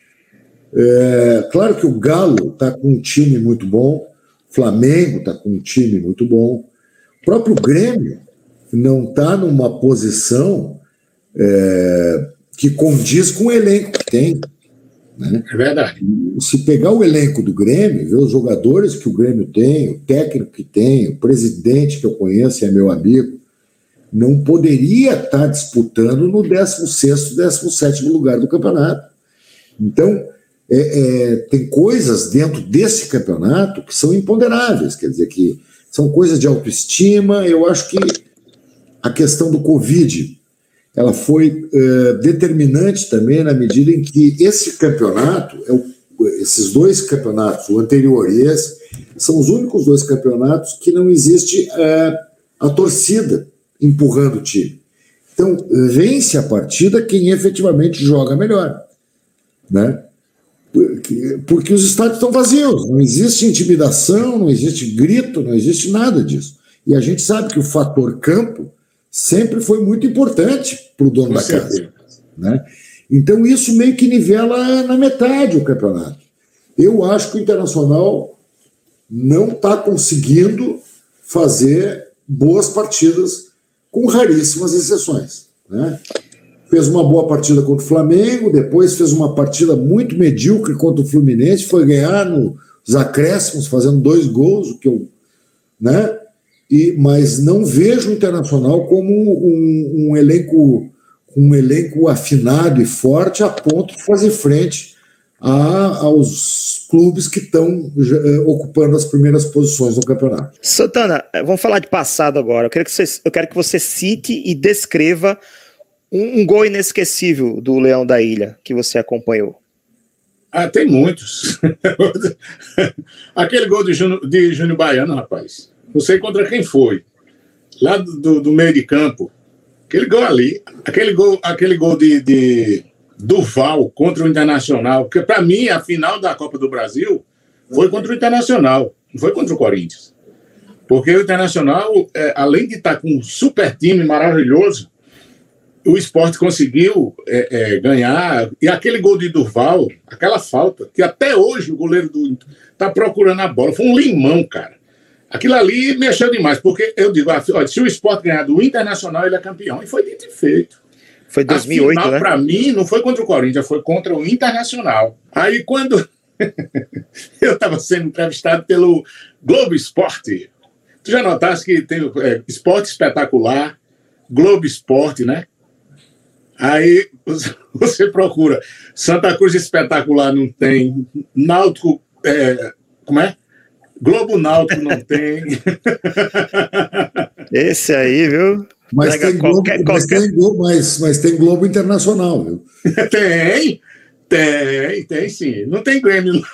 É, claro que o Galo está com um time muito bom, o Flamengo está com um time muito bom, o próprio Grêmio não está numa posição é, que condiz com o elenco que tem. Né? É verdade. Se pegar o elenco do Grêmio, ver os jogadores que o Grêmio tem, o técnico que tem, o presidente que eu conheço e é meu amigo, não poderia estar disputando no décimo sexto, décimo sétimo lugar do campeonato. Então, é, é, tem coisas dentro desse campeonato que são imponderáveis, quer dizer, que são coisas de autoestima. Eu acho que a questão do Covid, ela foi é, determinante também na medida em que esse campeonato, é o, esses dois campeonatos, o anterior e esse, são os únicos dois campeonatos que não existe é, a torcida empurrando o time. Então, vence a partida quem efetivamente joga melhor, né? Porque, porque os estádios estão vazios, não existe intimidação, não existe grito, não existe nada disso. E a gente sabe que o fator campo sempre foi muito importante para o dono da casa, né? Então, isso meio que nivela na metade o campeonato. Eu acho que o Internacional não está conseguindo fazer boas partidas, com raríssimas exceções, né? Fez uma boa partida contra o Flamengo, depois fez uma partida muito medíocre contra o Fluminense, foi ganhar nos acréscimos, fazendo dois gols, o que eu, né? e, mas não vejo o Internacional como um, um, elenco, um elenco afinado e forte a ponto de fazer frente a, aos clubes que estão uh, ocupando as primeiras posições no campeonato. Santana, vamos falar de passado agora. Eu quero que você, eu quero que você cite e descreva um, um gol inesquecível do Leão da Ilha que você acompanhou. Ah, tem muitos. Aquele gol de Júnior, de Júnior Baiano, rapaz. Não sei contra quem foi. Lá do, do, do meio de campo. Aquele gol ali. Aquele gol, aquele gol de, de Durval contra o Internacional. Porque, para mim, a final da Copa do Brasil foi contra o Internacional. Não foi contra o Corinthians. Porque o Internacional, é, além de estar com um super time maravilhoso, o Sport conseguiu é, é, ganhar, e aquele gol de Durval, aquela falta, que até hoje o goleiro do Inter está procurando a bola, foi um limão, cara. Aquilo ali mexeu demais, porque eu digo, olha, se o Sport ganhar do Internacional, ele é campeão, e foi dito e feito. Foi dois mil e oito, a final, né? Para mim, não foi contra o Corinthians, foi contra o Internacional. Aí, quando eu estava sendo entrevistado pelo Globo Esporte, tu já notaste que tem é, Esporte Espetacular, Globo Esporte, né? Aí você procura Santa Cruz Espetacular, não tem. Náutico, é, como é? Globo Náutico não tem. Esse aí, viu? Mas tem, Globo, qualquer, mas, qualquer... Tem Globo, mas, mas tem Globo Internacional, viu? Tem, tem, tem sim. Não tem Grêmio, não.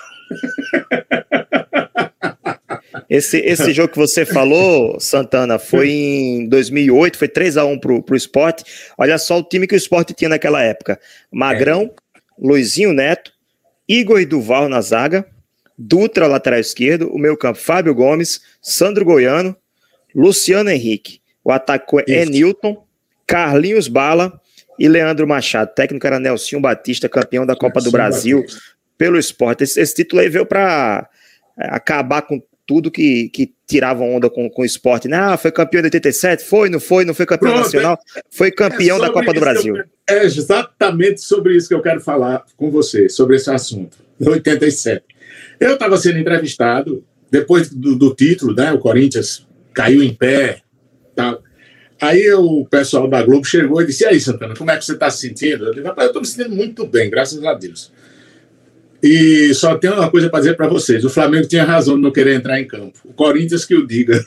Esse, esse jogo que você falou, Santana, foi em dois mil e oito, foi três a um pro, pro Sport. Olha só o time que o Sport tinha naquela época. Magrão, é. Luizinho Neto, Igor e Durval na zaga, Dutra, lateral esquerdo, o meio campo, Fábio Gomes, Sandro Goiano, Luciano Henrique. O ataque é Newton, Carlinhos Bala e Leandro Machado. O técnico era Nelson Batista, campeão da Copa Nelson do Brasil Batista. Pelo Sport. Esse, esse título aí veio para acabar com tudo que, que tiravam onda com, com o Sport. Né? Ah, foi campeão de oitenta e sete? Foi, não foi? Não foi campeão Pronto, nacional? Foi campeão é da Copa do Brasil. Eu, é exatamente sobre isso que eu quero falar com você, sobre esse assunto. oitenta e sete. Eu estava sendo entrevistado, depois do, do título, né? O Corinthians caiu em pé, tal. Aí o pessoal da Globo chegou e disse, e aí, Santana, como é que você está se sentindo? Eu disse, rapaz, eu estou me sentindo muito bem, graças a Deus. E só tenho uma coisa para dizer para vocês. O Flamengo tinha razão de não querer entrar em campo. O Corinthians que o diga.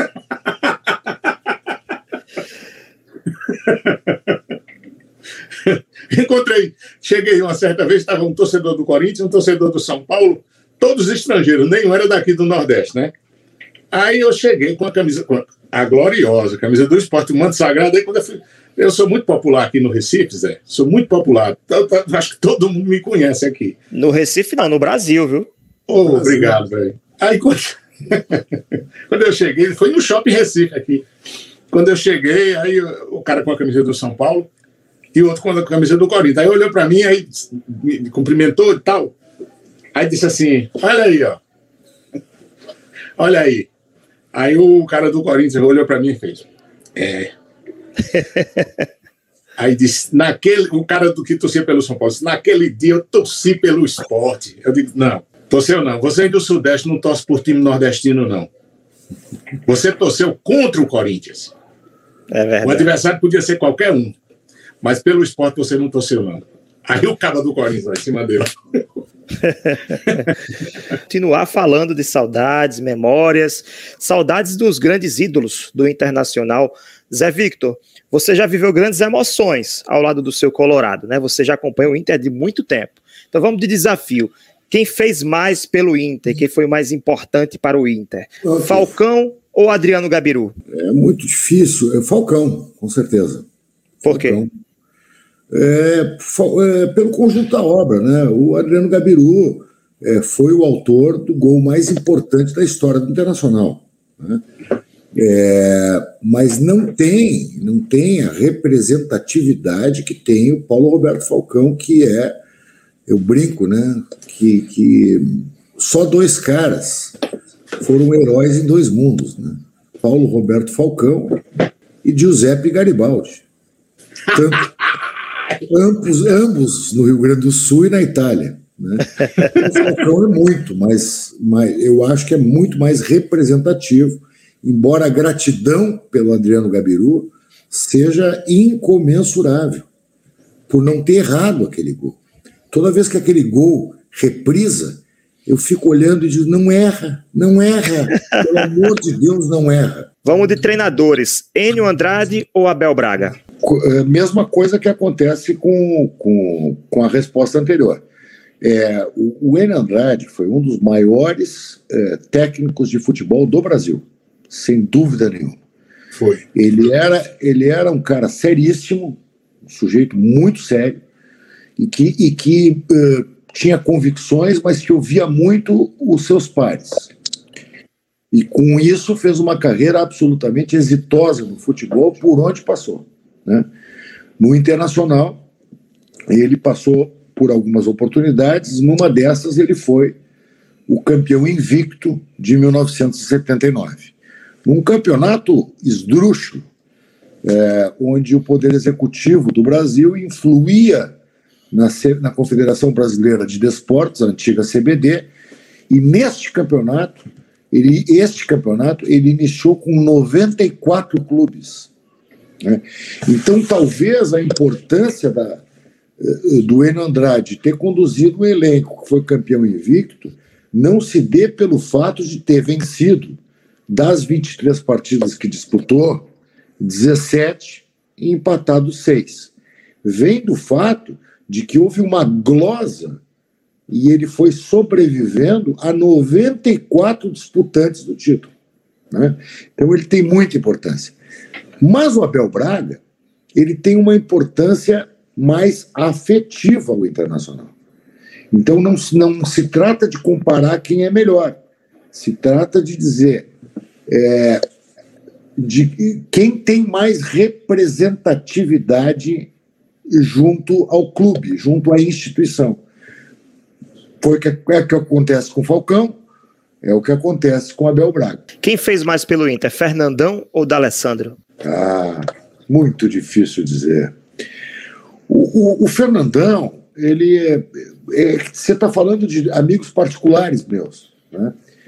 Encontrei, cheguei uma certa vez, estava um torcedor do Corinthians, um torcedor do São Paulo, todos estrangeiros, nenhum era daqui do Nordeste, né? Aí eu cheguei com a camisa, com a gloriosa camisa do Sport, o manto sagrado. Aí quando eu fui, eu sou muito popular aqui no Recife, Zé. Sou muito popular. Eu, eu, acho que todo mundo me conhece aqui. No Recife, não, no Brasil, viu? Oh, Brasil. Obrigado, velho. Aí quando... quando eu cheguei, foi no Shopping Recife aqui. Quando eu cheguei, aí o cara com a camisa do São Paulo e o outro com a camisa do Corinthians. Aí olhou pra mim, aí me cumprimentou e tal. Aí disse assim, olha aí, ó. Olha aí. Aí o cara do Corinthians olhou pra mim e fez, é... Aí disse, naquele, o cara do que torcia pelo São Paulo disse, naquele dia eu torci pelo Sport. Eu digo, não, torceu não. Você do Sudeste não torce por time nordestino, não. Você torceu contra o Corinthians. É verdade. O adversário podia ser qualquer um, mas pelo Sport você não torceu, não. Aí o cara do Corinthians vai em cima dele. Continuar falando de saudades, memórias, saudades dos grandes ídolos do Internacional. Zé Victor, você já viveu grandes emoções ao lado do seu Colorado, né? Você já acompanha o Inter de muito tempo. Então vamos de desafio. Quem fez mais pelo Inter? Quem foi mais importante para o Inter? Okay. Falcão ou Adriano Gabiru? É muito difícil. É Falcão, com certeza. Por quê? Falcão. É, é, pelo conjunto da obra, né? O Adriano Gabiru é, foi o autor do gol mais importante da história do Internacional, né? É, mas não tem, não tem a representatividade que tem o Paulo Roberto Falcão, que é, eu brinco, né? Que, que só dois caras foram heróis em dois mundos, né? Paulo Roberto Falcão e Giuseppe Garibaldi. Tanto Ambos, ambos no Rio Grande do Sul e na Itália, né? O Falcão é muito, mas, mas eu acho que é muito mais representativo embora a gratidão pelo Adriano Gabiru seja incomensurável por não ter errado aquele gol. Toda vez que aquele gol reprisa, eu fico olhando e digo, não erra, não erra, pelo amor de Deus, não erra. Vamos de treinadores, Enio Andrade ou Abel Braga? Mesma coisa que acontece com, com, com a resposta anterior. É, o, o Enio Andrade foi um dos maiores é, técnicos de futebol do Brasil, sem dúvida nenhuma. Foi. Ele era, ele era um cara seríssimo, um sujeito muito sério, e que, e que uh, tinha convicções, mas que ouvia muito os seus pares. E com isso fez uma carreira absolutamente exitosa no futebol por onde passou, né? No Internacional, ele passou por algumas oportunidades, numa dessas ele foi o campeão invicto de mil novecentos e setenta e nove. Num campeonato esdrúxulo, é, onde o Poder Executivo do Brasil influía na, na Confederação Brasileira de Desportos, a antiga C B D, e neste campeonato, ele, este campeonato, ele iniciou com noventa e quatro clubes, né? Então, talvez a importância da, do Enio Andrade ter conduzido um elenco que foi campeão invicto não se dê pelo fato de ter vencido das vinte e três partidas que disputou, dezessete e empatado seis. Vem do fato de que houve uma glosa e ele foi sobrevivendo a noventa e quatro disputantes do título, né? Então ele tem muita importância. Mas o Abel Braga, ele tem uma importância mais afetiva ao Internacional. Então não, não se trata de comparar quem é melhor, se trata de dizer é, de quem tem mais representatividade junto ao clube, junto à instituição. Foi o que, é o que acontece com o Falcão, é o que acontece com o Abel Braga. Quem fez mais pelo Inter, Fernandão ou D'Alessandro? Ah, muito difícil dizer. O, o, o Fernandão, ele é, é, você está falando de amigos particulares meus, né?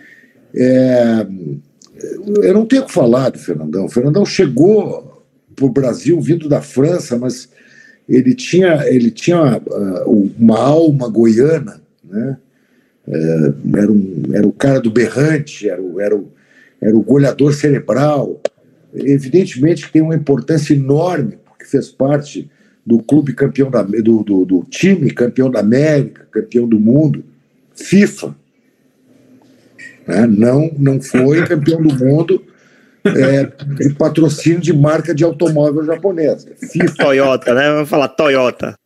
É, eu não tenho o que falar do Fernandão. O Fernandão chegou para o Brasil vindo da França, mas ele tinha, ele tinha uh, uma alma goiana, né? É, era, um, era o cara do berrante, era o, era, o, era o goleador cerebral. Evidentemente que tem uma importância enorme, porque fez parte do clube campeão da, do, do, do time campeão da América, campeão do mundo, FIFA. Né? Não, não foi campeão do mundo é, de patrocínio de marca de automóvel japonesa. FIFA. Toyota, né? Vamos falar Toyota.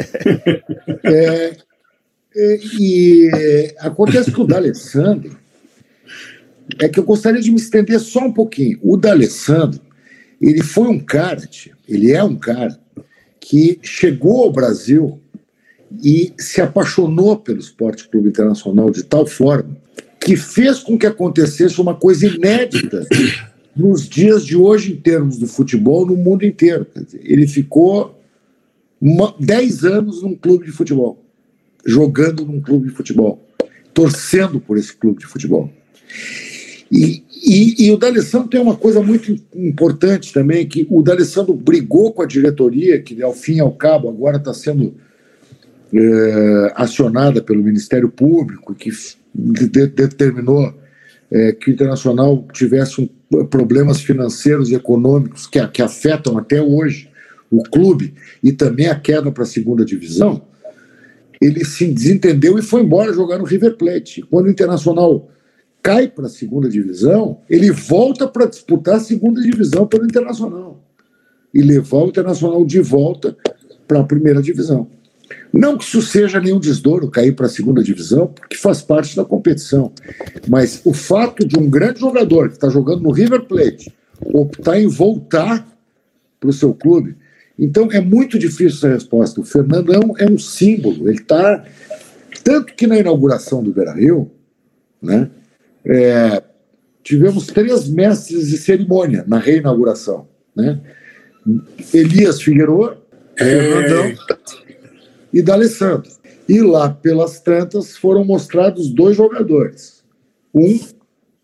É, é, e acontece que o D'Alessandro, é que eu gostaria de me estender só um pouquinho. O D'Alessandro, ele foi um cara, tia, ele é um cara que chegou ao Brasil e se apaixonou pelo Esporte Clube Internacional de tal forma que fez com que acontecesse uma coisa inédita nos dias de hoje em termos do futebol no mundo inteiro. Quer dizer, ele ficou uma, dez anos num clube de futebol, jogando num clube de futebol, torcendo por esse clube de futebol. E, e, e o D'Alessandro tem uma coisa muito importante também, que o D'Alessandro brigou com a diretoria, que ao fim e ao cabo agora está sendo é, acionada pelo Ministério Público, que de, determinou é, que o Internacional tivesse um, problemas financeiros e econômicos que, que afetam até hoje o clube e também a queda para a segunda divisão. Ele se desentendeu e foi embora jogar no River Plate. Quando o Internacional cai para a segunda divisão, ele volta para disputar a segunda divisão pelo Internacional e levar o Internacional de volta para a primeira divisão. Não que isso seja nenhum desdouro cair para a segunda divisão, porque faz parte da competição, mas o fato de um grande jogador que está jogando no River Plate optar em voltar para o seu clube, então é muito difícil essa resposta. O Fernandão é um símbolo, ele está, tanto que na inauguração do Beira-Rio, né, É, tivemos três mestres de cerimônia na reinauguração, né? Elias Figueiredo, Fernandão é... e D'Alessandro. E lá pelas tantas foram mostrados dois jogadores. Um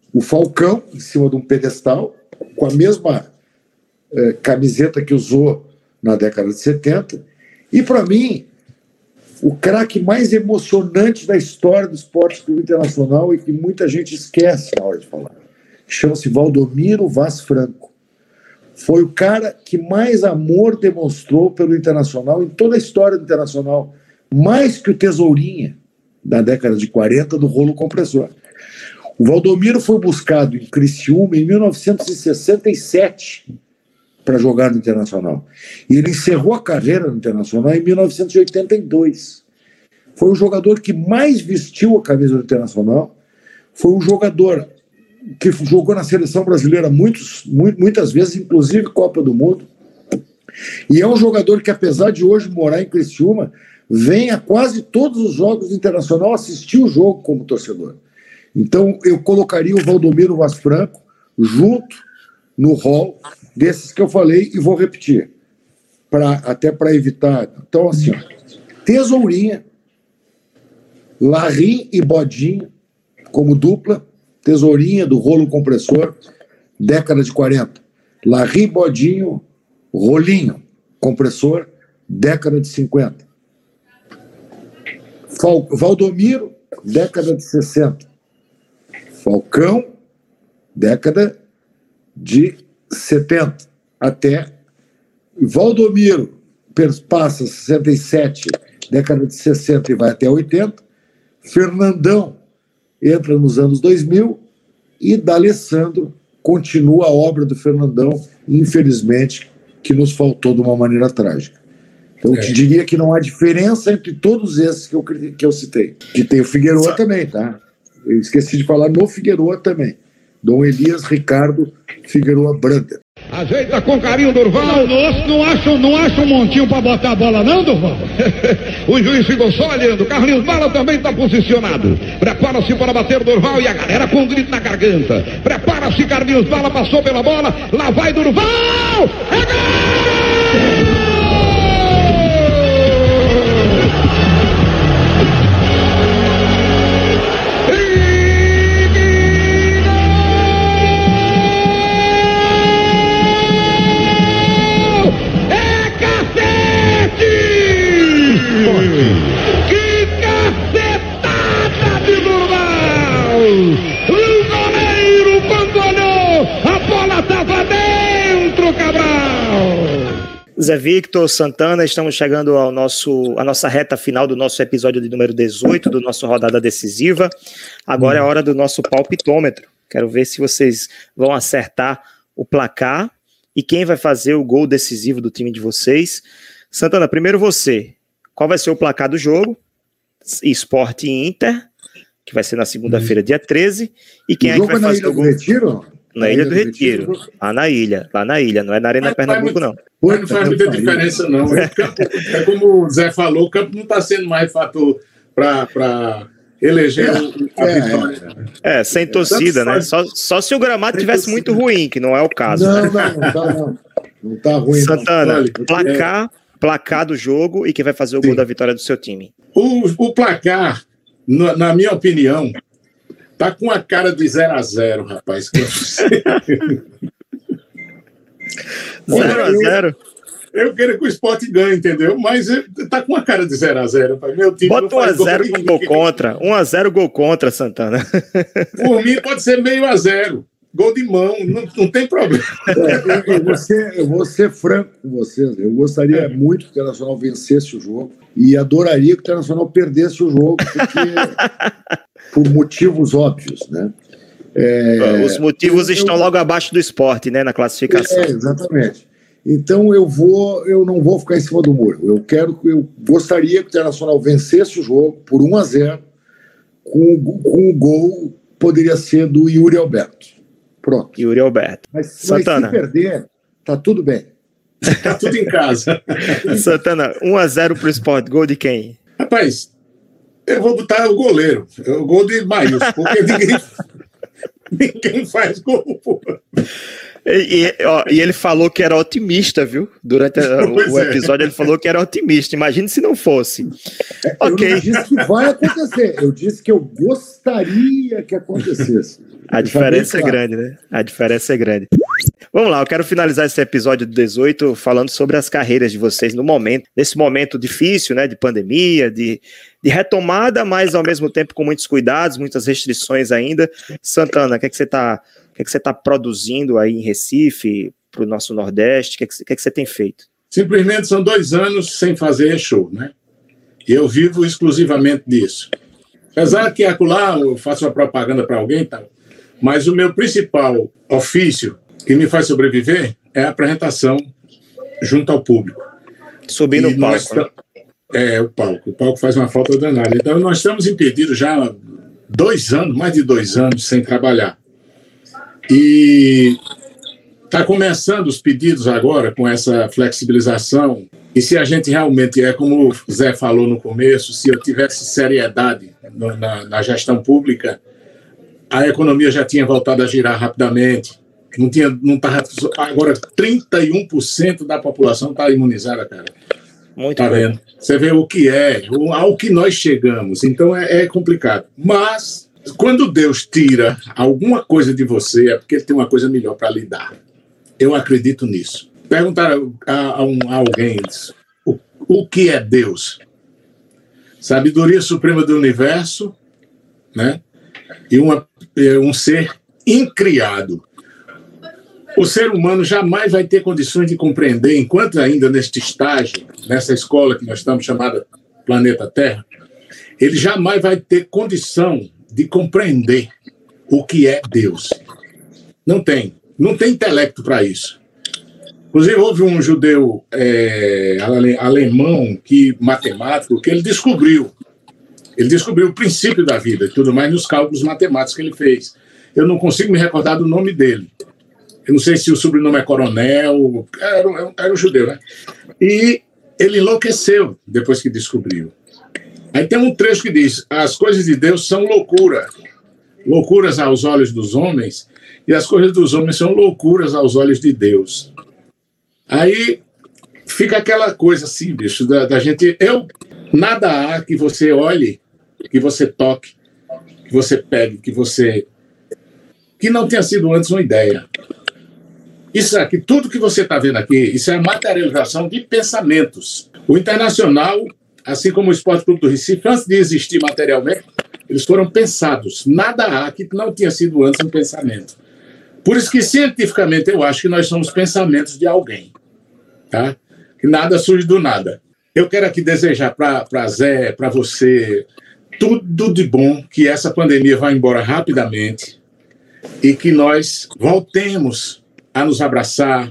o Falcão em cima de um pedestal, com a mesma eh, camiseta que usou na década de setenta, e para mim, o craque mais emocionante da história do Esporte Clube Internacional e que muita gente esquece na hora de falar. Chama-se Valdomiro Vaz Franco. Foi o cara que mais amor demonstrou pelo Internacional em toda a história do Internacional, mais que o Tesourinha, da década de quarenta, do rolo compressor. O Valdomiro foi buscado em Criciúma em mil novecentos e sessenta e sete para jogar no Internacional. E ele encerrou a carreira no Internacional em mil novecentos e oitenta e dois. Foi o jogador que mais vestiu a camisa do Internacional, foi um jogador que jogou na seleção brasileira muitos, muitas vezes, inclusive Copa do Mundo, e é um jogador que, apesar de hoje morar em Criciúma, vem a quase todos os jogos do Internacional assistir o jogo como torcedor. Então eu colocaria o Valdomiro Vaz Franco junto no hall desses que eu falei e vou repetir, pra, até para evitar. Então, assim, ó, Tesourinha, Larry e Bodinho como dupla, Tesourinha do rolo compressor, década de quarenta. Larry, Bodinho, rolinho compressor, década de cinquenta. Fal- Valdomiro, década de sessenta. Falcão, década de setenta. Até Valdomiro passa sessenta e sete, década de sessenta e vai até oitenta. Fernandão entra nos anos dois mil e D'Alessandro continua a obra do Fernandão, infelizmente, que nos faltou de uma maneira trágica. Então, eu te diria que não há diferença entre todos esses que eu, que eu citei. Que tem o Figueroa também, tá? Eu esqueci de falar no Figueroa também. Dom Elias Ricardo Figueroa Brander. Ajeita com carinho, Durval. Não, não, acha, não acha um montinho pra botar a bola, não, Durval? O juiz ficou só olhando. Carlinhos Bala também está posicionado. Prepara-se para bater Durval e a galera com um grito na garganta. Prepara-se, Carlinhos Bala passou pela bola. Lá vai Durval! É gol! Que cacetada de Durval! O goleiro quando olhou, a bola estava dentro, Cabral! Zé Victor, Santana, estamos chegando ao nosso, à nossa reta final do nosso episódio de número dezoito, do nosso Rodada Decisiva. Agora hum. é a hora do nosso palpitômetro. Quero ver se vocês vão acertar o placar e quem vai fazer o gol decisivo do time de vocês. Santana, primeiro você. Qual vai ser o placar do jogo? Sport e Inter, que vai ser na segunda-feira, dia treze. E quem o é que vai fazer o gol? Retiro? Na, na Ilha do, do Retiro. Retiro. Lá na ilha, lá na ilha, não é na Arena Pernambuco, não. Mas não faz muita diferença, não. É, é como o Zé falou, o campo não está sendo mais fator para eleger a vitória. É, sem torcida, né? Só, só se o gramado tivesse muito ruim, que não é o caso. Não, não, não tá, não. Não tá ruim. Santana, não. placar... placar do jogo e quem vai fazer o Sim. gol da vitória do seu time. O, o placar, na, na minha opinião, tá com a cara de zero a zero, rapaz. zero a zero? Eu, eu quero que o Sport ganhe, entendeu? Mas tá com a cara de zero a zero, rapaz. Meu time Bota um a zero com gol contra. um a zero gol contra, Santana. Por mim pode ser meio a zero. Gol de mão, não, não tem problema. É, eu, eu, vou ser, eu vou ser franco com vocês. Eu gostaria é. muito que o Internacional vencesse o jogo e adoraria que o Internacional perdesse o jogo, porque, por motivos óbvios, né? É, Os motivos eu, estão eu, logo abaixo do Sport, né, na classificação. É, exatamente. Então eu vou, eu não vou ficar em cima do muro. Eu quero, eu gostaria que o Internacional vencesse o jogo por um a zero, com, com o gol poderia ser do Yuri Alberto. Pronto. Yuri Alberto. Mas, Santana. Mas se perder, tá tudo bem. Tá tudo em casa. Santana, um a zero pro Sport. Gol de quem? Rapaz, eu vou botar o goleiro. O gol de Maílson, porque ninguém, ninguém faz gol, pô. E, e, ó, e ele falou que era otimista, viu? Durante a, o, o episódio ele falou que era otimista. Imagine se não fosse. É, Ok. Eu não disse que vai acontecer, eu disse que eu gostaria que acontecesse. A diferença é grande, né? A diferença é grande. Vamos lá, eu quero finalizar esse episódio do dezoito falando sobre as carreiras de vocês no momento, nesse momento difícil, né, de pandemia, de, de retomada, mas ao mesmo tempo com muitos cuidados, muitas restrições ainda. Santana, o que é que você está que é que você tá produzindo aí em Recife, para o nosso Nordeste? O que é que, que, é que você tem feito? Simplesmente são dois anos sem fazer show, né? E eu vivo exclusivamente disso. Apesar que acolá eu faço uma propaganda para alguém, tá? Mas o meu principal ofício que me faz sobreviver é a apresentação junto ao público. Subir no palco. Né? É, o palco. O palco faz uma falta danada. Então, nós estamos impedidos já há dois anos, mais de dois anos, sem trabalhar. E está começando os pedidos agora com essa flexibilização. E se a gente realmente é, como o Zé falou no começo, se eu tivesse seriedade no, na, na gestão pública, a economia já tinha voltado a girar rapidamente. Não tinha, não tava, agora, trinta e um por cento da população está imunizada, cara. Muito tá bom. Vendo? Você vê o que é, ao que nós chegamos. Então é, é complicado. Mas, quando Deus tira alguma coisa de você, é porque Ele tem uma coisa melhor para lhe dar. Eu acredito nisso. Perguntaram a, a, um, a alguém o, o que é Deus? Sabedoria suprema do universo, né? E uma, um ser incriado. O ser humano jamais vai ter condições de compreender, enquanto ainda neste estágio, nessa escola que nós estamos chamada Planeta Terra, ele jamais vai ter condição de compreender o que é Deus. Não tem. Não tem intelecto para isso. Inclusive, houve um judeu é, alemão, que, matemático, que ele descobriu. Ele descobriu o princípio da vida e tudo mais nos cálculos matemáticos que ele fez. Eu não consigo me recordar do nome dele. Eu não sei se o sobrenome é Coronel, era, era um judeu, né? E ele enlouqueceu depois que descobriu. Aí tem um trecho que diz: as coisas de Deus são loucura, loucuras aos olhos dos homens, e as coisas dos homens são loucuras aos olhos de Deus. Aí fica aquela coisa assim, bicho, da, da gente... Eu, nada há que você olhe, que você toque, que você pegue, que você... que não tenha sido antes uma ideia. Isso aqui, tudo que você está vendo aqui, isso é a materialização de pensamentos. O Internacional, assim como o Esporte Clube do Recife, antes de existir materialmente, eles foram pensados. Nada há que não tinha sido antes um pensamento. Por isso que, cientificamente, eu acho que nós somos pensamentos de alguém. Tá? Que nada surge do nada. Eu quero aqui desejar para Zé, para você, tudo de bom, que essa pandemia vá embora rapidamente e que nós voltemos a nos abraçar,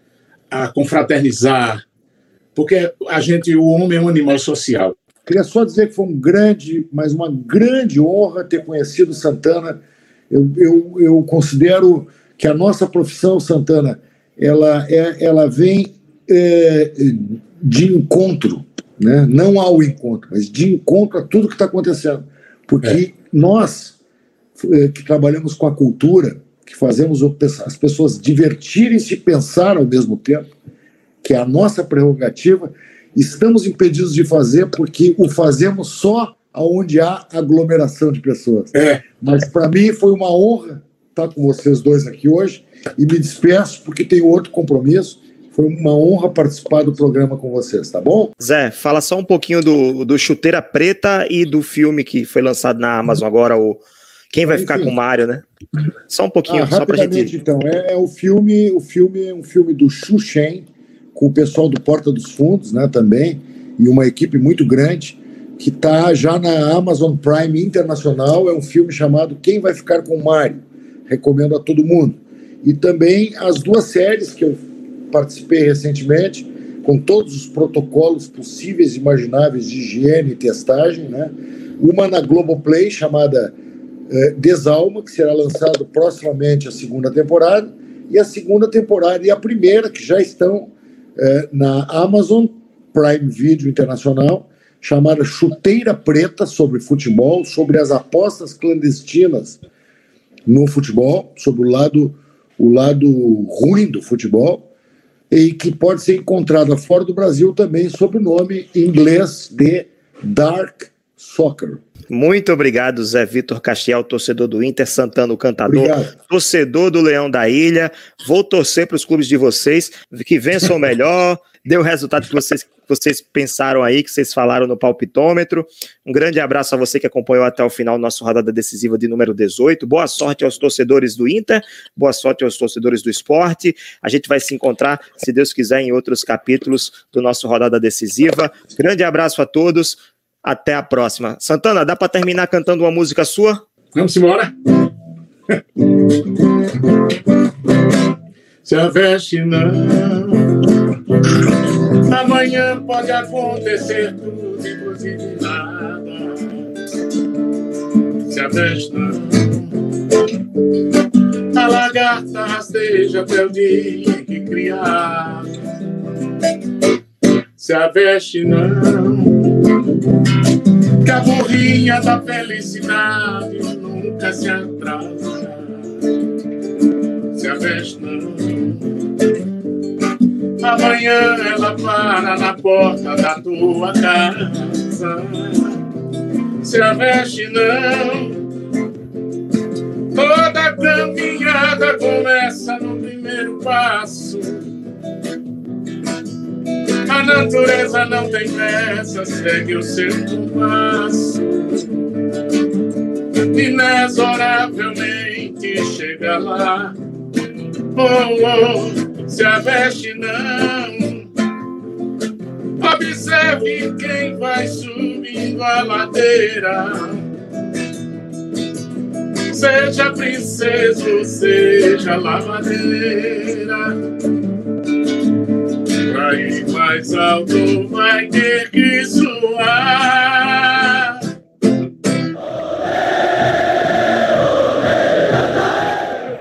a confraternizar, porque a gente, o homem é um animal social. Queria só dizer que foi um grande, mas uma grande honra ter conhecido Santana. Eu, eu, eu considero que a nossa profissão, Santana, ela, é, ela vem é, de encontro, né? Não ao encontro, mas de encontro a tudo que está acontecendo. Porque é. nós, é, que trabalhamos com a cultura, que fazemos as pessoas divertirem-se e pensar ao mesmo tempo, que é a nossa prerrogativa, estamos impedidos de fazer porque o fazemos só onde há aglomeração de pessoas. É. Mas para mim foi uma honra estar com vocês dois aqui hoje e me despeço porque tenho outro compromisso. Foi uma honra participar do programa com vocês, tá bom? Zé, fala só um pouquinho do, do Chuteira Preta e do filme que foi lançado na Amazon agora, o Quem Vai Ficar com o Mário, né? Só um pouquinho, ah, só pra gente... Então, é, é o filme, o filme é um filme do Xuxen, com o pessoal do Porta dos Fundos, né, também, e uma equipe muito grande, que está já na Amazon Prime Internacional. É um filme chamado Quem Vai Ficar com o Mário. Recomendo a todo mundo. E também as duas séries que eu participei recentemente, com todos os protocolos possíveis e imagináveis de higiene e testagem, né? Uma na Globoplay, chamada eh, Desalma, que será lançado proximamente a segunda temporada, e a segunda temporada e a primeira, que já estão eh, na Amazon Prime Video Internacional, chamada Chuteira Preta, sobre futebol, sobre as apostas clandestinas no futebol, sobre o lado o lado ruim do futebol, e que pode ser encontrada fora do Brasil também sob o nome inglês de Dark Soccer. Muito obrigado, Zé Vitor Castiel, torcedor do Inter, Santana, o cantador, obrigado. Torcedor do Leão da Ilha. Vou torcer para os clubes de vocês, que vençam melhor, dê o resultado que vocês, vocês pensaram aí, que vocês falaram no palpitômetro. Um grande abraço a você que acompanhou até o final nossa rodada decisiva de número dezoito. Boa sorte aos torcedores do Inter, boa sorte aos torcedores do Sport. A gente vai se encontrar, se Deus quiser, em outros capítulos do nosso rodada decisiva. Grande abraço a todos. Até a próxima. Santana, dá para terminar cantando uma música sua? Vamos embora. Se a veste não, amanhã pode acontecer tudo, inclusive nada. Se a veste não, a lagarta rasteja até o dia que criar. Se a veste não, que a burrinha da felicidade nunca se atrasa. Se a veste não, amanhã ela para na porta da tua casa. Se a veste não, toda caminhada começa no primeiro passo. A natureza não tem pressa, segue o seu compasso. Inexoravelmente chega lá. Oh, oh, se a veste não, observe quem vai subindo a ladeira. Seja princesa ou seja lavadeira, pra ir mais alto vai ter que subir.